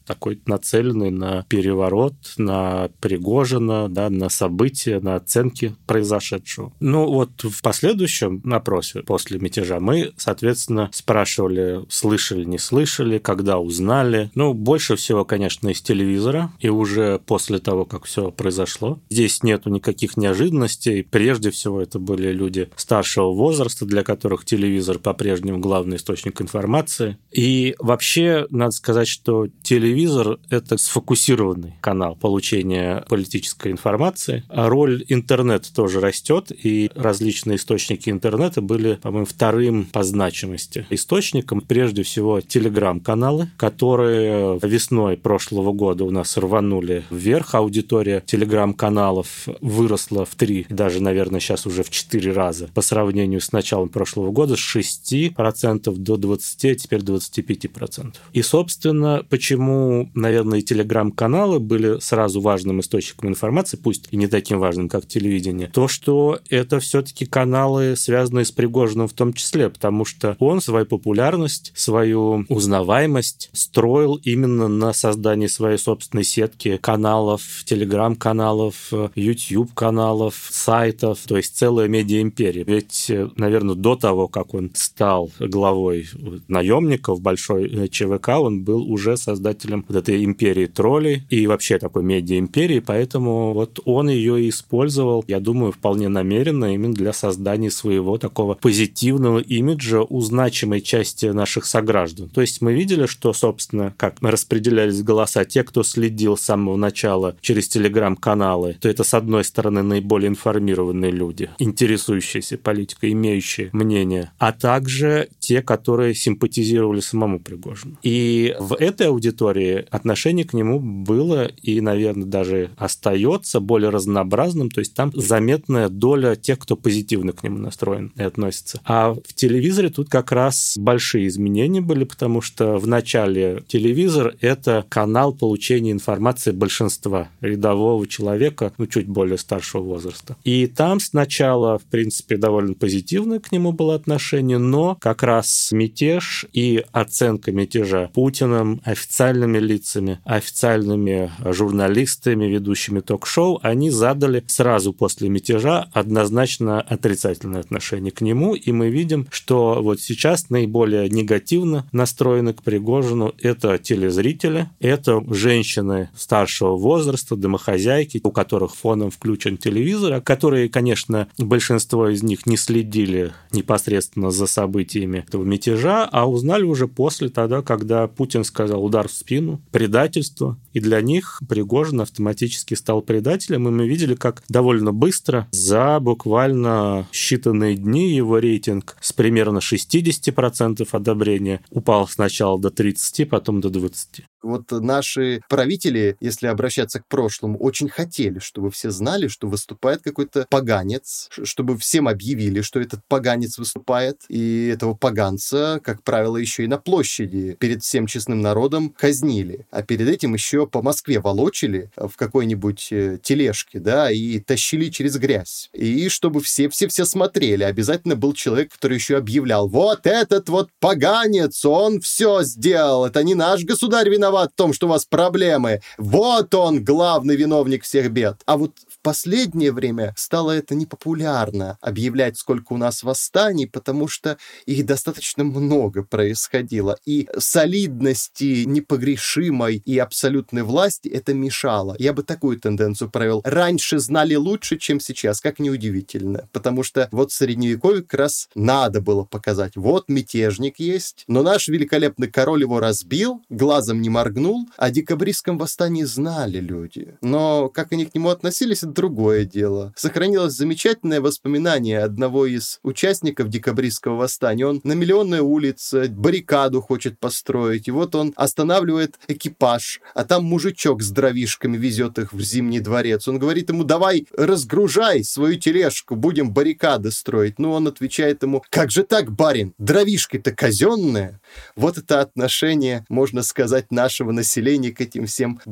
такой нацеленный на переворот, на Пригожина, да, на события, на оценки произошедшего. Ну вот в последующем опросе после мятежа мы, соответственно, спрашивали, слышали, не слышали, когда узнали. Ну, больше всего, конечно, из телевизора, и уже после того, как все произошло. Здесь нету никаких неожиданностей. Прежде всего, это были люди старшего возраста, для которых телевизор по-прежнему главный источник информации. И вообще, надо сказать, что телевизор – это сфокусированный канал получения политической информации. А роль интернета тоже растет, и различные источники интернета были, по-моему, вторым по значимости источником. Прежде всего, телеграм-каналы, которые весной прошлого года у нас рванули вверх. Аудитория телеграм-каналов выросла в три, даже, наверное, сейчас уже в четыре раза по сравнению с началом прошлого года, с шести процентов до двадцати процентов, а теперь двадцати пяти процентов. И, собственно, почему, наверное, и телеграм-каналы были сразу важным источником информации, пусть и не таким важным, как телевидение, то, что это все-таки каналы, связанные с Пригожиным в том числе, потому что он свою популярность, свою узнаваемость строил именно на создании своей собственной сетки каналов, телеграм-каналов, YouTube-каналов, сайтов, то есть целая медиа-империя. Ведь, наверное, до того, как он стал главой наемников большой ЧВК, он был уже создателем вот этой империи троллей и вообще такой медиа-империи, поэтому вот он ее и использовал, я думаю, вполне намеренно именно для создания своего такого позитивного имиджа у значимой части наших сограждан. То есть мы видели, что, собственно, как мы распределялись голоса, те, кто следил с самого начала через телеграм-каналы, то это, с одной стороны, наиболее информированные люди, интересующиеся политикой, имеющие мнение, а также те, которые симпатизировали самому Пригожину. И в этой аудитории отношение к нему было и, наверное, даже остается более разнообразным, то есть там заметная доля тех, кто позитивно к нему настроен и относится. А в телевизоре тут как раз большие изменения были, потому что в начале телевизор — это канал получения информации большинства рядового человека, ну, чуть более старшего возраста. И там сначала, в принципе, довольно позитивное к нему было отношение, но как раз мятеж и оценка мятежа Путиным, официальными лицами, официальными журналистами, ведущими ток-шоу, они задали сразу после мятежа однозначно отрицательное отношение к нему, и мы видим, что вот сейчас наиболее негативно настроены к Пригожину это телезрители, это женщины старшего возраста, домохозяйки, у которых фоном включен телевизор, которые, конечно, большинство из них не следили непосредственно за событиями этого мятежа, а узнали уже после тогда, когда Путин сказал удар в спину, предательство, и для них Пригожин автоматически стал предателем, и мы видели, как довольно быстро, за буквально считанные дни, его рейтинг с примерно шестидесяти процентов одобрения упал сначала до тридцати, потом до двадцати. Вот наши правители, если обращаться к прошлому, очень хотели, чтобы все знали, что выступает какой-то поганец, чтобы всем объявили, что этот поганец выступает, и этого поганца, как правило, еще и на площади перед всем честным народом казнили. А перед этим еще по Москве волочили в какой-нибудь тележке, да, и тащили через грязь. И чтобы все-все-все смотрели, обязательно был человек, который еще объявлял: вот этот вот поганец, он все сделал, это не наш государь виноват в том, что у вас проблемы. Вот он, главный виновник всех бед. А вот в последнее время стало это непопулярно объявлять, сколько у нас восстаний, потому что их достаточно много происходило. И солидности непогрешимой и абсолютной власти это мешало. Я бы такую тенденцию провел. Раньше знали лучше, чем сейчас, как неудивительно. Потому что вот в Средневековье как раз надо было показать. Вот мятежник есть, но наш великолепный король его разбил, глазом не моргнул, о декабристском восстании знали люди. Но как они к нему относились, это другое дело. Сохранилось замечательное воспоминание одного из участников декабристского восстания. Он на Миллионной улице баррикаду хочет построить, и вот он останавливает экипаж, а там мужичок с дровишками везет их в Зимний дворец. Он говорит ему: давай разгружай свою тележку, будем баррикады строить. Ну, он отвечает ему: как же так, барин, дровишки-то казенные. Вот это отношение, можно сказать, нашего населения к этим всем бунтам.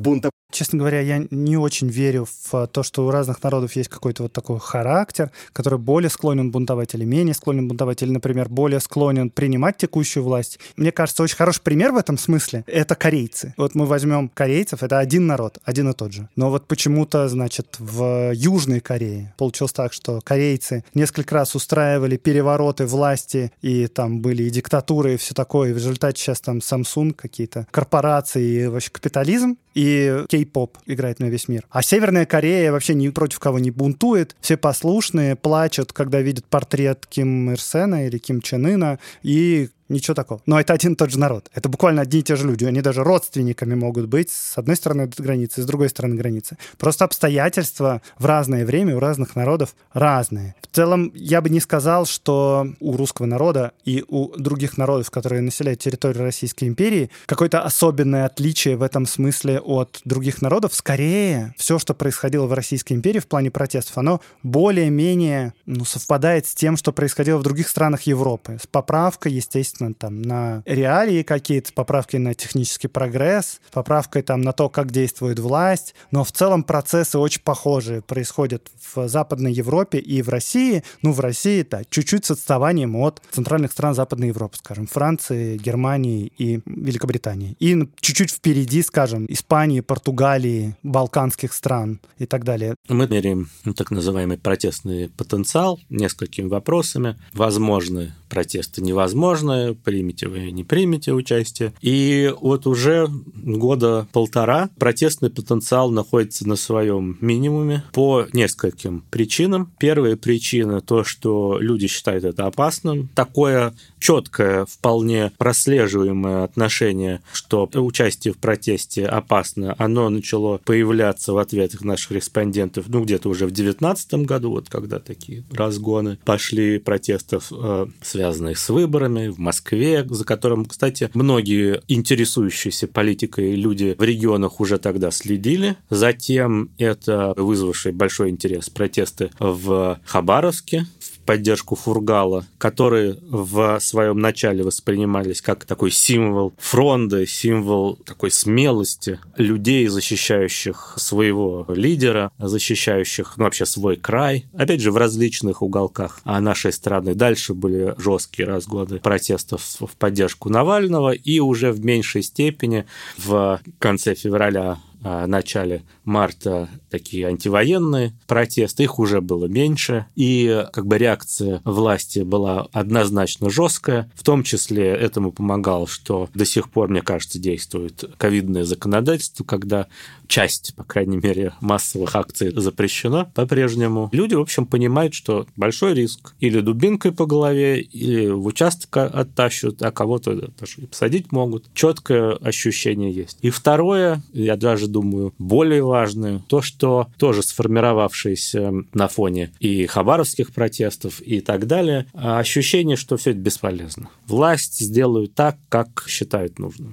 Честно говоря, я не очень верю в то, что у разных народов есть какой-то вот такой характер, который более склонен бунтовать или менее склонен бунтовать, или, например, более склонен принимать текущую власть. Мне кажется, очень хороший пример в этом смысле — это корейцы. Вот мы возьмем корейцев, это один народ, один и тот же. Но вот почему-то, значит, в Южной Корее получилось так, что корейцы несколько раз устраивали перевороты власти, и там были и диктатуры, и все такое, и в результате сейчас там Samsung, какие-то корпорации, и вообще капитализм, и кей-поп играет на весь мир. А Северная Корея вообще ни против кого не бунтует, все послушные, плачут, когда видят портрет Ким Ир Сена или Ким Чен Ына, и ничего такого. Но это один и тот же народ. Это буквально одни и те же люди. Они даже родственниками могут быть с одной стороны границы, с другой стороны границы. Просто обстоятельства в разное время у разных народов разные. В целом, я бы не сказал, что у русского народа и у других народов, которые населяют территорию Российской империи, какое-то особенное отличие в этом смысле от других народов. Скорее, все, что происходило в Российской империи в плане протестов, оно более-менее ну, совпадает с тем, что происходило в других странах Европы. С поправкой, естественно, там, на реалии какие-то, с поправкой на технический прогресс, с поправкой там, на то, как действует власть. Но в целом процессы очень похожие происходят в Западной Европе и в России. Ну, в России, да, чуть-чуть с отставанием от центральных стран Западной Европы, скажем, Франции, Германии и Великобритании. И чуть-чуть впереди, скажем, Испании, Португалии, балканских стран и так далее. Мы меряем так называемый протестный потенциал несколькими вопросами. Возможны протесты, невозможны, примете вы, не примете участие. И вот уже года полтора протестный потенциал находится на своем минимуме по нескольким причинам. Первая причина — то, что люди считают это опасным. Такое четкое, вполне прослеживаемое отношение, что участие в протесте опасно, оно начало появляться в ответах наших респондентов, ну, где-то уже в девятнадцатом году, вот когда такие разгоны пошли протестов, э, связанных с выборами в Москве, за которым, кстати, многие интересующиеся политикой люди в регионах уже тогда следили. Затем это вызвавшие большой интерес протесты в Хабаровске в поддержку Фургала, которые в своем начале воспринимались как такой символ фронта, символ такой смелости людей, защищающих своего лидера, защищающих ну, вообще свой край. Опять же, в различных уголках нашей страны. Дальше были жесткие разгоны протестов в поддержку Навального, и уже в меньшей степени в конце февраля, в начале марта такие антивоенные протесты, их уже было меньше, и как бы реакция власти была однозначно жесткая, в том числе этому помогало, что до сих пор, мне кажется, действует ковидное законодательство, когда часть, по крайней мере, массовых акций запрещена по-прежнему. Люди, в общем, понимают, что большой риск или дубинкой по голове, или в участок оттащат, а кого-то даже посадить могут. Четкое ощущение есть. И второе, я даже думаю, более важное, то, что тоже сформировавшееся на фоне и хабаровских протестов и так далее, ощущение, что все это бесполезно. Власть сделают так, как считают нужным.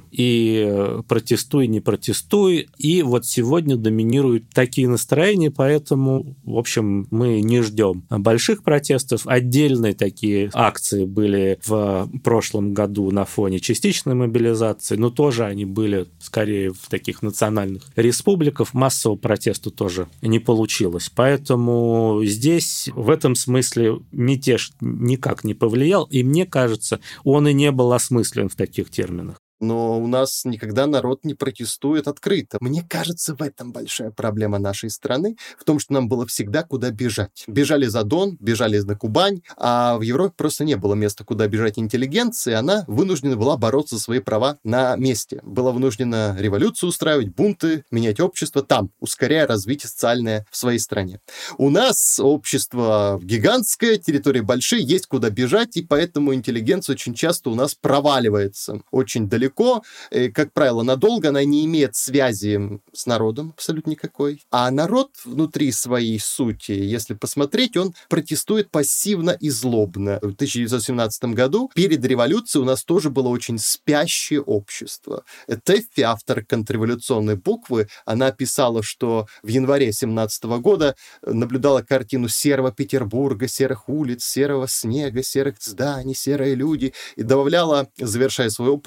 И протестуй, не протестуй. И вот сегодня доминируют такие настроения, поэтому, в общем, мы не ждем больших протестов. Отдельные такие акции были в прошлом году на фоне частичной мобилизации, но тоже они были скорее в таких национальных республиках. Массового протеста тоже не получилось. Поэтому здесь в этом смысле мятеж никак не повлиял, и мне кажется, он и не был осмыслен в таких терминах. Но у нас никогда народ не протестует открыто. Мне кажется, в этом большая проблема нашей страны, в том, что нам было всегда куда бежать. Бежали за Дон, бежали на Кубань, а в Европе просто не было места, куда бежать интеллигенции, она вынуждена была бороться за свои права на месте. Была вынуждена революцию устраивать, бунты, менять общество там, ускоряя развитие социальное в своей стране. У нас общество гигантское, территории большие, есть куда бежать, и поэтому интеллигенция очень часто у нас проваливается очень далеко. Далеко, как правило, надолго она не имеет связи с народом абсолютно никакой. А народ внутри своей сути, если посмотреть, он протестует пассивно и злобно. В тысяча девятьсот семнадцатом году перед революцией у нас тоже было очень спящее общество. Тэффи, автор контрреволюционной буквы, она писала, что в январе семнадцатого года наблюдала картину серого Петербурга, серых улиц, серого снега, серых зданий, серые люди, и добавляла, завершая свой опус,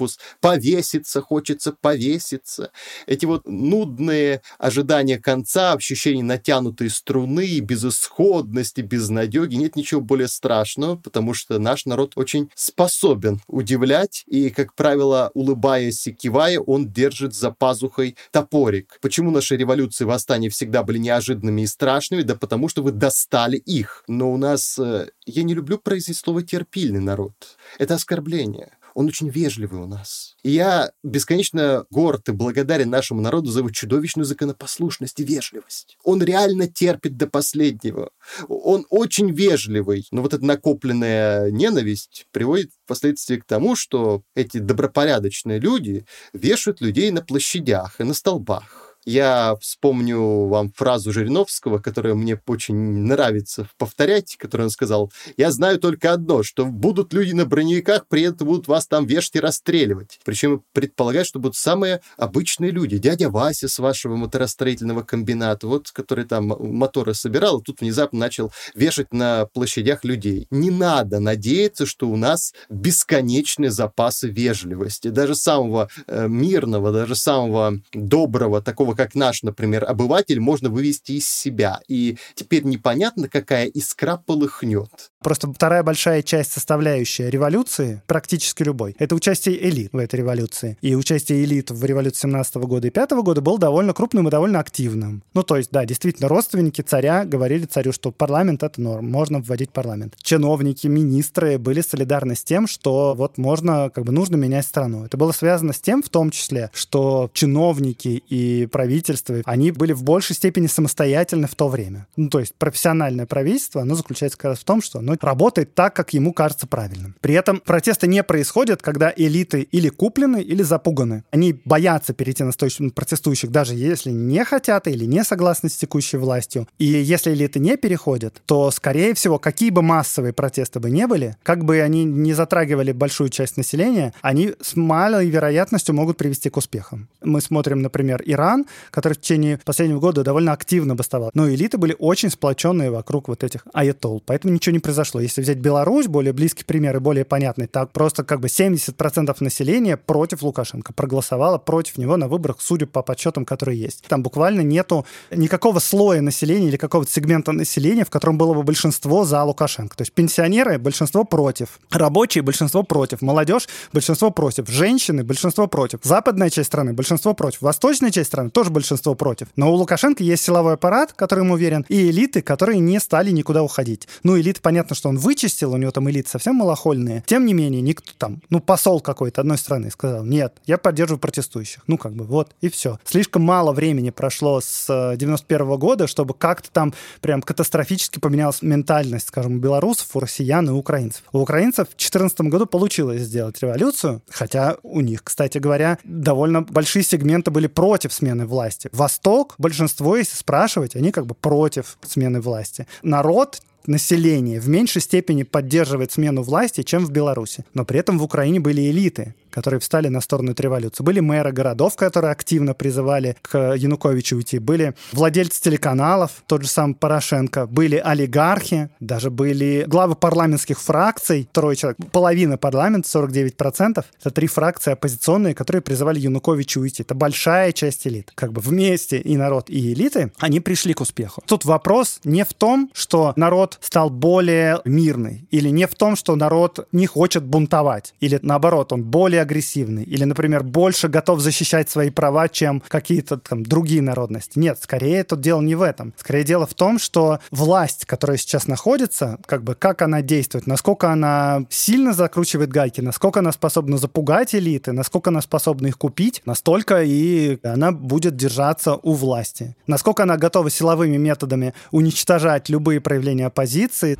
повеситься, хочется повеситься. Эти вот нудные ожидания конца, ощущение натянутой струны, безысходности, безнадеги. Нет ничего более страшного, потому что наш народ очень способен удивлять, и, как правило, улыбаясь и кивая, он держит за пазухой топорик. Почему наши революции и восстания всегда были неожиданными и страшными? Да потому что вы достали их. Но у нас... Я не люблю произносить слово «терпильный народ». Это оскорбление. Он очень вежливый у нас. И я бесконечно горд и благодарен нашему народу за его чудовищную законопослушность и вежливость. Он реально терпит до последнего. Он очень вежливый. Но вот эта накопленная ненависть приводит впоследствии к тому, что эти добропорядочные люди вешают людей на площадях и на столбах. Я вспомню вам фразу Жириновского, которая мне очень нравится повторять, которую он сказал: «Я знаю только одно, что будут люди на броневиках, при этом будут вас там вешать и расстреливать». Причем предполагают, что будут самые обычные люди. Дядя Вася с вашего моторостроительного комбината, вот, который там моторы собирал, и тут внезапно начал вешать на площадях людей. Не надо надеяться, что у нас бесконечные запасы вежливости. Даже самого э, мирного, даже самого доброго, такого как наш, например, обыватель, можно вывести из себя. И теперь непонятно, какая искра полыхнет. Просто вторая большая часть, составляющая революции, практически любой, это участие элит в этой революции. И участие элит в революции семнадцатого года и пятого года было довольно крупным и довольно активным. Ну, то есть, да, действительно, родственники царя говорили царю, что парламент — это норм, можно вводить парламент. Чиновники, министры были солидарны с тем, что вот можно, как бы, нужно менять страну. Это было связано с тем, в том числе, что чиновники и правительство, они были в большей степени самостоятельны в то время. Ну, то есть профессиональное правительство, оно заключается как раз в том, что оно работает так, как ему кажется правильным. При этом протесты не происходят, когда элиты или куплены, или запуганы. Они боятся перейти на сторону протестующих, даже если не хотят или не согласны с текущей властью. И если элиты не переходят, то, скорее всего, какие бы массовые протесты бы не были, как бы они не затрагивали большую часть населения, они с малой вероятностью могут привести к успехам. Мы смотрим, например, Иран, который в течение последнего года довольно активно бастовал. Но элиты были очень сплоченные вокруг вот этих аятолл, поэтому ничего не произошло. Если взять Беларусь, более близкий пример и более понятный, так просто как бы семьдесят процентов населения против Лукашенко проголосовало против него на выборах, судя по подсчетам, которые есть. Там буквально нету никакого слоя населения или какого-то сегмента населения, в котором было бы большинство за Лукашенко. То есть пенсионеры — большинство против, рабочие — большинство против, молодежь — большинство против, женщины — большинство против, западная часть страны — большинство против, восточная часть страны — тоже большинство против. Но у Лукашенко есть силовой аппарат, который ему верен, и элиты, которые не стали никуда уходить. Ну, элиты, понятно, что он вычистил, у него там элиты совсем малохольные. Тем не менее, никто там, ну, посол какой-то одной страны сказал: нет, я поддерживаю протестующих. Ну, как бы, вот, и все. Слишком мало времени прошло с девяносто первого года, чтобы как-то там прям катастрофически поменялась ментальность, скажем, у белорусов, у россиян и у украинцев. У украинцев в две тысячи четырнадцатом году получилось сделать революцию, хотя у них, кстати говоря, довольно большие сегменты были против смены власти. Восток, большинство, если спрашивать, они как бы против смены власти. Народ, население в меньшей степени поддерживает смену власти, чем в Беларуси. Но при этом в Украине были элиты, которые встали на сторону этой революции. Были мэры городов, которые активно призывали к Януковичу уйти. Были владельцы телеканалов, тот же сам Порошенко. Были олигархи, даже были главы парламентских фракций. Второй человек, половина парламента, сорок девять процентов. Это три фракции оппозиционные, которые призывали Януковича уйти. Это большая часть элит. Как бы вместе и народ, и элиты, они пришли к успеху. Тут вопрос не в том, что народ стал более мирный, или не в том, что народ не хочет бунтовать, или наоборот, он более агрессивный, или, например, больше готов защищать свои права, чем какие-то там другие народности. Нет, скорее тут дело не в этом. Скорее дело в том, что власть, которая сейчас находится, как бы как она действует, насколько она сильно закручивает гайки, насколько она способна запугать элиты, насколько она способна их купить, настолько и она будет держаться у власти. Насколько она готова силовыми методами уничтожать любые проявления оппозиции.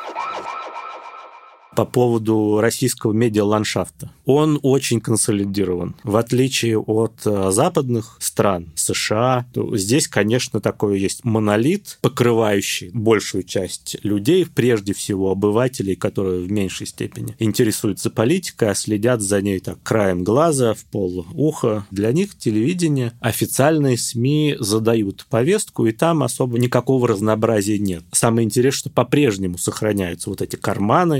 По поводу российского медиаландшафта. Он очень консолидирован. В отличие от западных стран, США, здесь, конечно, такой есть монолит, покрывающий большую часть людей, прежде всего обывателей, которые в меньшей степени интересуются политикой, а следят за ней так краем глаза, в полуха. Для них телевидение, официальные СМИ задают повестку, и там особо никакого разнообразия нет. Самое интересное, что по-прежнему сохраняются вот эти карманы, вот эти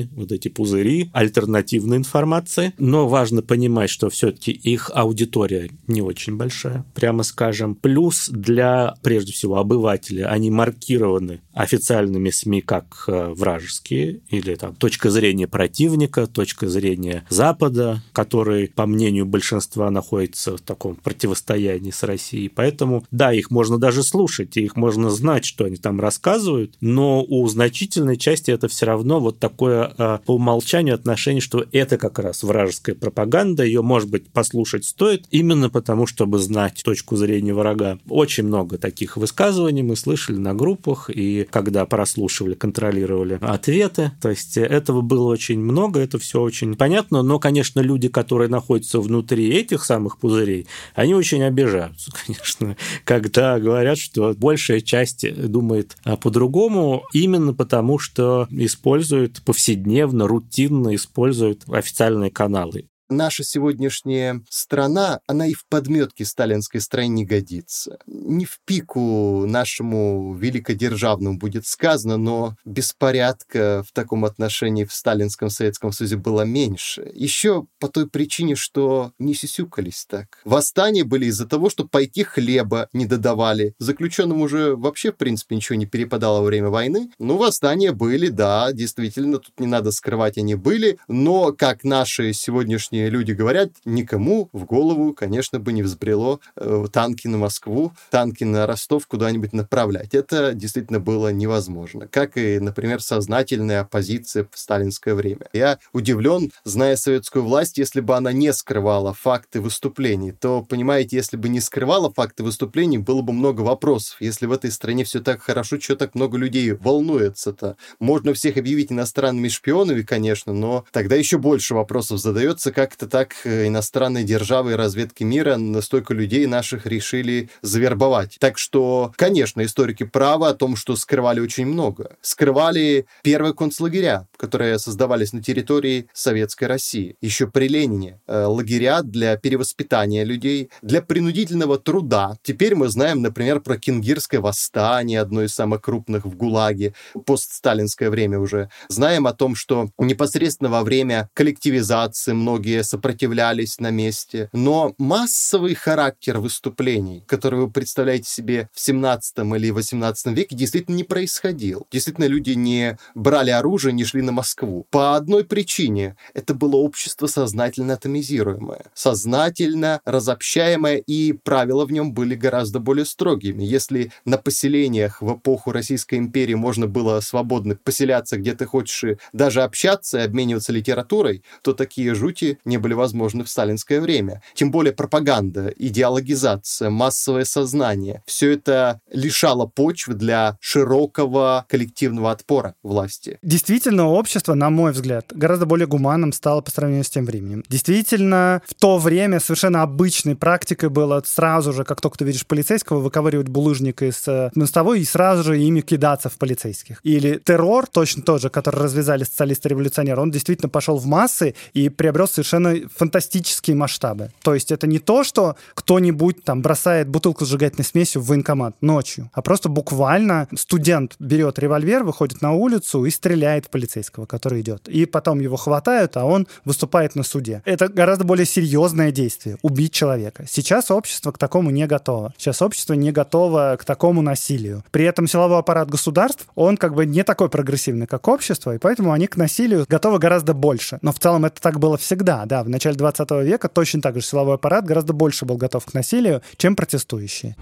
пузыри альтернативной информации, но важно понимать, что все-таки их аудитория не очень большая, прямо скажем. Плюс для, прежде всего, обывателя они маркированы официальными СМИ как вражеские, или там точка зрения противника, точка зрения Запада, который, по мнению большинства, находится в таком противостоянии с Россией. Поэтому, да, их можно даже слушать, и их можно знать, что они там рассказывают, но у значительной части это все равно вот такое по умолчанию отношение, что это как раз вражеская пропаганда, ее, может быть, послушать стоит, именно потому, чтобы знать точку зрения врага. Очень много таких высказываний мы слышали на группах, и когда прослушивали, контролировали ответы, то есть этого было очень много, это все очень понятно, но, конечно, люди, которые находятся внутри этих самых пузырей, они очень обижаются, конечно, когда говорят, что большая часть думает по-другому, именно потому, что используют повседневно, рутинно используют официальные каналы. Наша сегодняшняя страна, она и в подметке сталинской стране не годится. Не в пику нашему великодержавному будет сказано, но беспорядка в таком отношении в сталинском Советском Союзе было меньше. Еще по той причине, что не сюсюкались так. Восстания были из-за того, что пайки хлеба не додавали. Заключенным уже вообще, в принципе, ничего не перепадало во время войны. Ну, восстания были, да, действительно, тут не надо скрывать, они были. Но, как наши сегодняшние люди говорят, никому в голову, конечно, бы не взбрело э, танки на Москву, танки на Ростов куда-нибудь направлять. Это действительно было невозможно. Как и, например, сознательная оппозиция в сталинское время. Я удивлен, зная советскую власть, если бы она не скрывала факты выступлений, то, понимаете, если бы не скрывала факты выступлений, было бы много вопросов. Если в этой стране все так хорошо, что так много людей волнуется-то? Можно всех объявить иностранными шпионами, конечно, но тогда еще больше вопросов задается, как как-то так иностранные державы и разведки мира настолько людей наших решили завербовать. Так что, конечно, историки правы о том, что скрывали очень много. Скрывали первые концлагеря, которые создавались на территории Советской России. Еще при Ленине. Лагеря для перевоспитания людей, для принудительного труда. Теперь мы знаем, например, про Кингирское восстание, одно из самых крупных в ГУЛАГе, постсталинское время уже. Знаем о том, что непосредственно во время коллективизации многие сопротивлялись на месте. Но массовый характер выступлений, который вы представляете себе в семнадцатом или восемнадцатом веке, действительно не происходил. Действительно, люди не брали оружие, не шли на Москву. По одной причине. Это было общество сознательно атомизируемое, сознательно разобщаемое, и правила в нем были гораздо более строгими. Если на поселениях в эпоху Российской империи можно было свободно поселяться где ты хочешь, и даже общаться и обмениваться литературой, то такие жути не были возможны в сталинское время. Тем более пропаганда, идеологизация, массовое сознание. Все это лишало почвы для широкого коллективного отпора власти. Действительно, общество, на мой взгляд, гораздо более гуманным стало по сравнению с тем временем. Действительно, в то время совершенно обычной практикой было сразу же, как только ты видишь полицейского, выковыривать булыжник из мостовой и сразу же ими кидаться в полицейских. Или террор, точно тот же, который развязали социалисты-революционеры, он действительно пошел в массы и приобрел совершенно фантастические масштабы. То есть это не то, что кто-нибудь там бросает бутылку с сжигательной смесью в военкомат ночью, а просто буквально студент берет револьвер, выходит на улицу и стреляет в полицейского, который идет. И потом его хватают, а он выступает на суде. Это гораздо более серьезное действие — убить человека. Сейчас общество к такому не готово. Сейчас общество не готово к такому насилию. При этом силовой аппарат государств, он как бы не такой прогрессивный, как общество, и поэтому они к насилию готовы гораздо больше. Но в целом это так было всегда. Да, в начале двадцатого века точно так же силовой аппарат гораздо больше был готов к насилию, чем протестующие.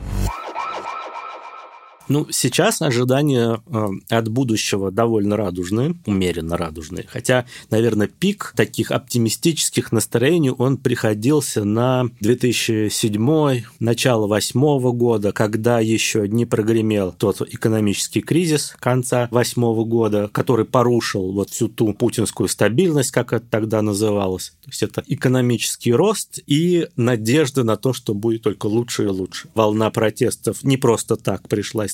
Ну, сейчас ожидания э, от будущего довольно радужные, умеренно радужные. Хотя, наверное, пик таких оптимистических настроений, он приходился на две тысячи седьмой, начало две тысячи восьмого года, когда еще не прогремел тот экономический кризис конца две тысячи восьмого года, который порушил вот всю ту путинскую стабильность, как это тогда называлось. То есть это экономический рост и надежда на то, что будет только лучше и лучше. Волна протестов не просто так пришлась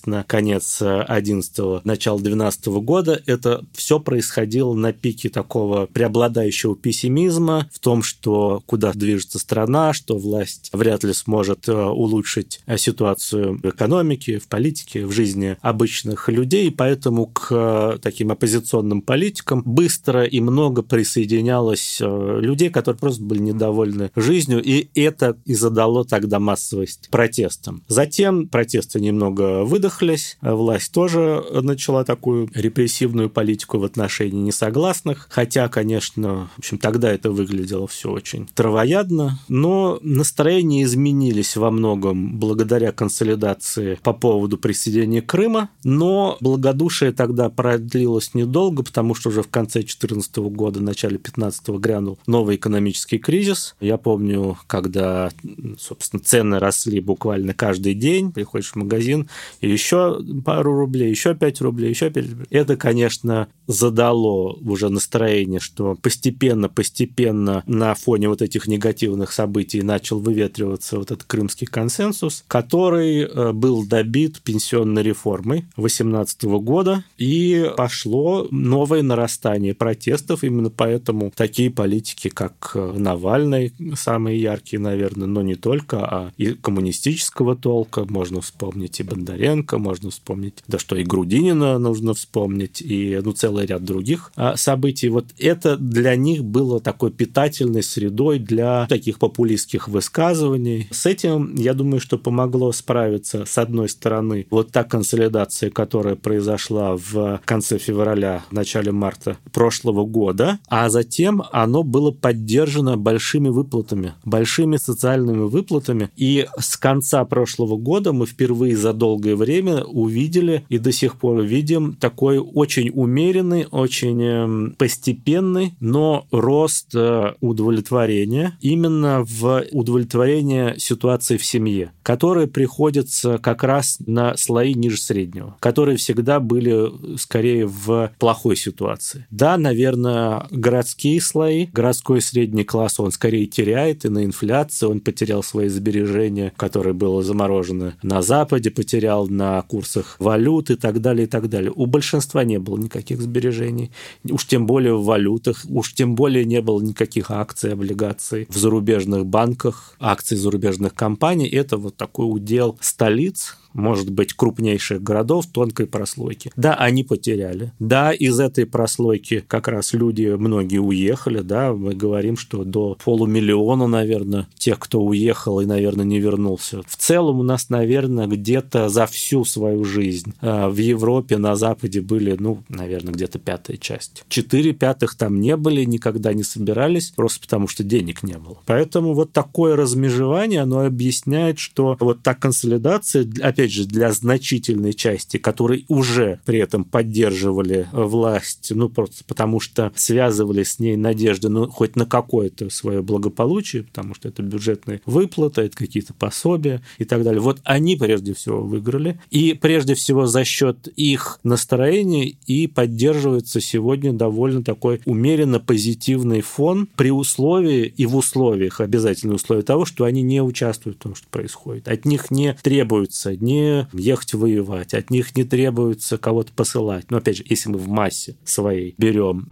соответственно, конец одиннадцатого, начало двенадцатого года, это все происходило на пике такого преобладающего пессимизма в том, что куда движется страна, что власть вряд ли сможет улучшить ситуацию в экономике, в политике, в жизни обычных людей, поэтому к таким оппозиционным политикам быстро и много присоединялось людей, которые просто были недовольны жизнью, и это и задало тогда массовость протестам. Затем протесты немного выдохлись, власть тоже начала такую репрессивную политику в отношении несогласных, хотя, конечно, в общем, тогда это выглядело все очень травоядно, но настроения изменились во многом благодаря консолидации по поводу присоединения Крыма, но благодушие тогда продлилось недолго, потому что уже в конце две тысячи четырнадцатого года, начале две тысячи пятнадцатого грянул новый экономический кризис. Я помню, когда, собственно, цены росли буквально каждый день, приходишь в магазин, и еще пару рублей, еще пять рублей, еще пять рублей. Это, конечно, задало уже настроение, что постепенно-постепенно на фоне вот этих негативных событий начал выветриваться вот этот крымский консенсус, который был добит пенсионной реформой две тысячи восемнадцатого года, и пошло новое нарастание протестов. Именно поэтому такие политики, как Навальный, самые яркие, наверное, но не только, а и коммунистического толка, можно вспомнить и Бондаренко, можно вспомнить, да что и Грудинина нужно вспомнить, и ну, целый ряд других событий. Вот это для них было такой питательной средой для таких популистских высказываний. С этим, я думаю, что помогло справиться, с одной стороны, вот та консолидация, которая произошла в конце февраля, в начале марта прошлого года, а затем оно было поддержано большими выплатами, большими социальными выплатами. И с конца прошлого года мы впервые за долгое время увидели и до сих пор видим такой очень умеренный, очень постепенный, но рост удовлетворения именно в удовлетворение ситуации в семье, которое приходится как раз на слои ниже среднего, которые всегда были скорее в плохой ситуации. Да, наверное, городские слои, городской средний класс, он скорее теряет, и на инфляции он потерял свои сбережения, которые было заморожено на Западе, потерял на курсах валют и так далее, и так далее. У большинства не было никаких сбережений, уж тем более в валютах, уж тем более не было никаких акций, облигаций в зарубежных банках, акций зарубежных компаний. Это вот такой удел столиц, может быть, крупнейших городов тонкой прослойки. Да, они потеряли. Да, из этой прослойки как раз люди, многие уехали, да, мы говорим, что до полумиллиона, наверное, тех, кто уехал и, наверное, не вернулся. В целом у нас, наверное, где-то за всю свою жизнь в Европе, на Западе были, ну, наверное, где-то пятая часть. Четыре пятых там не были, никогда не собирались, просто потому что денег не было. Поэтому вот такое размежевание, оно объясняет, что вот та консолидация, опять же, для значительной части, которые уже при этом поддерживали власть, ну, просто потому что связывали с ней надежды, ну, хоть на какое-то свое благополучие, потому что это бюджетные выплаты, это какие-то пособия и так далее. Вот они прежде всего выиграли, и прежде всего за счет их настроения и поддерживается сегодня довольно такой умеренно позитивный фон при условии и в условиях, обязательные условия того, что они не участвуют в том, что происходит. От них не требуется не ехать воевать, от них не требуется кого-то посылать. Но опять же, если мы в массе своей берем.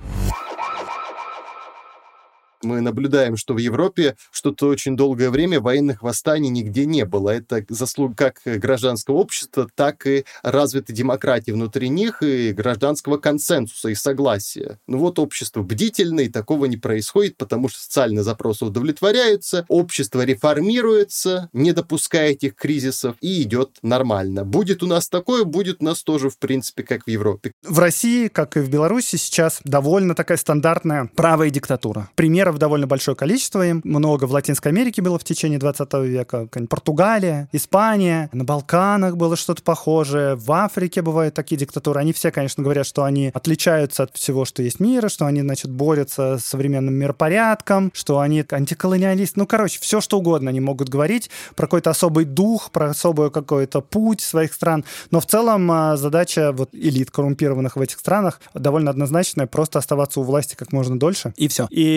Мы наблюдаем, что в Европе что-то очень долгое время военных восстаний нигде не было. Это заслуга как гражданского общества, так и развитой демократии внутри них, и гражданского консенсуса и согласия. Ну вот общество бдительное, и такого не происходит, потому что социальные запросы удовлетворяются, общество реформируется, не допуская этих кризисов, и идет нормально. Будет у нас такое, будет у нас тоже, в принципе, как в Европе. В России, как и в Беларуси, сейчас довольно такая стандартная правая диктатура. Примеров довольно большое количество им. Много в Латинской Америке было в течение двадцатого века. Португалия, Испания, на Балканах было что-то похожее. В Африке бывают такие диктатуры. Они все, конечно, говорят, что они отличаются от всего, что есть мира, что они, значит, борются с современным миропорядком, что они антиколониалисты. Ну, короче, все что угодно они могут говорить про какой-то особый дух, про особый какой-то путь своих стран. Но в целом задача вот элит коррумпированных в этих странах довольно однозначная: просто оставаться у власти как можно дольше, и все. И если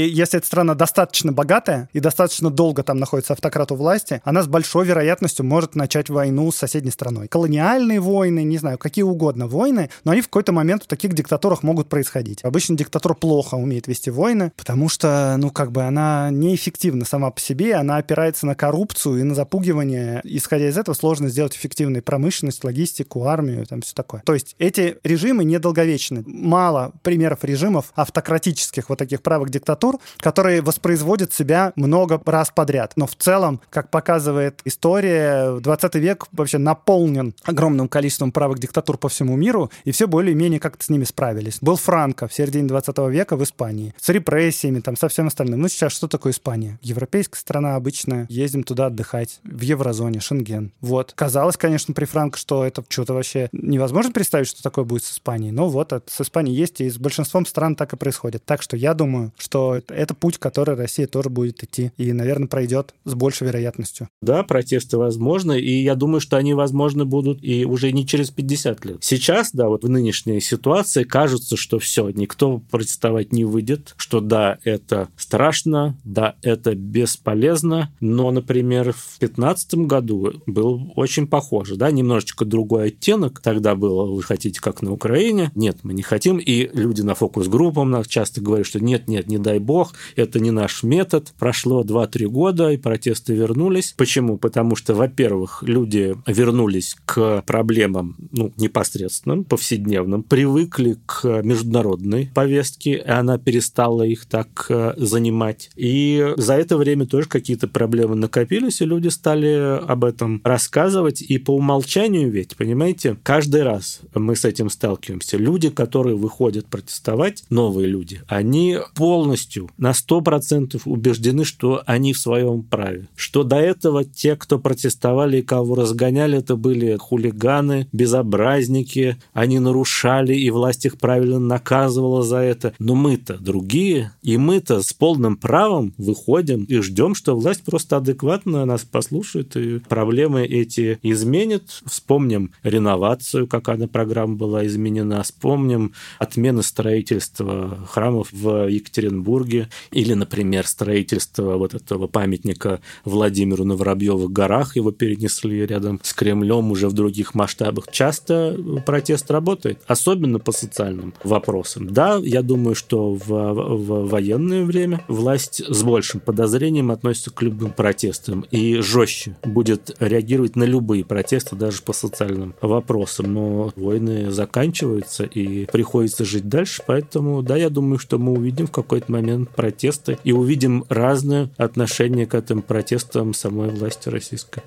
эта страна достаточно богатая и достаточно долго там находится автократ у власти, она с большой вероятностью может начать войну с соседней страной. Колониальные войны, не знаю, какие угодно войны, но они в какой-то момент в таких диктатурах могут происходить. Обычно диктатура плохо умеет вести войны, потому что, ну, как бы она неэффективна сама по себе, она опирается на коррупцию и на запугивание. Исходя из этого, сложно сделать эффективной промышленность, логистику, армию, там все такое. То есть эти режимы недолговечны. Мало примеров режимов автократических вот таких правых диктатур, которые воспроизводят себя много раз подряд. Но в целом, как показывает история, двадцатый век вообще наполнен огромным количеством правых диктатур по всему миру, и все более-менее как-то с ними справились. Был Франко в середине двадцатого века в Испании с репрессиями, там, со всем остальным. Ну, сейчас что такое Испания? Европейская страна обычно, ездим туда отдыхать, в еврозоне, Шенген. Вот. Казалось, конечно, при Франко, что это что-то вообще невозможно представить, что такое будет с Испанией. Но вот это с Испанией есть, и с большинством стран так и происходит. Так что я думаю, что это путь, который Россия тоже будет идти, и, наверное, пройдет с большей вероятностью. Да, протесты возможны, и я думаю, что они возможны будут и уже не через пятьдесят лет. Сейчас, да, вот в нынешней ситуации кажется, что все, никто протестовать не выйдет, что да, это страшно, да, это бесполезно, но, например, в пятнадцатом году было очень похоже, да, немножечко другой оттенок тогда было, вы хотите, как на Украине? Нет, мы не хотим, и люди на фокус-группам нас часто говорят, что нет, нет, не дай бог, это не наш метод. Прошло два-три года, и протесты вернулись. Почему? Потому что, во-первых, люди вернулись к проблемам, ну, непосредственным, повседневным, привыкли к международной повестке, и она перестала их так занимать. И за это время тоже какие-то проблемы накопились, и люди стали об этом рассказывать, и по умолчанию ведь, понимаете, каждый раз мы с этим сталкиваемся. Люди, которые выходят протестовать, новые люди, они полностью на сто процентов убеждены, что они в своем праве. Что до этого те, кто протестовали и кого разгоняли, это были хулиганы, безобразники, они нарушали, и власть их правильно наказывала за это. Но мы-то другие, и мы-то с полным правом выходим и ждем, что власть просто адекватно нас послушает и проблемы эти изменит. Вспомним реновацию, как она программа была изменена, вспомним отмены строительства храмов в Екатеринбурге или, например, строительство вот этого памятника Владимиру на Воробьевых горах, его перенесли рядом с Кремлем уже в других масштабах. Часто протест работает, особенно по социальным вопросам. Да, я думаю, что в, в военное время власть с большим подозрением относится к любым протестам и жестче будет реагировать на любые протесты, даже по социальным вопросам. Но войны заканчиваются и приходится жить дальше, поэтому, да, я думаю, что мы увидим в какой-то момент протесты и увидим разное отношение к этим протестам самой власти российской.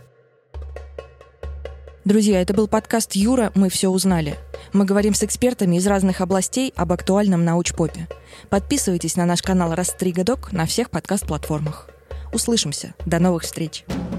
Друзья, это был подкаст «Юра. Мы все узнали». Мы говорим с экспертами из разных областей об актуальном научпопе. Подписывайтесь на наш канал «Растрига Док» на всех подкаст-платформах. Услышимся. До новых встреч.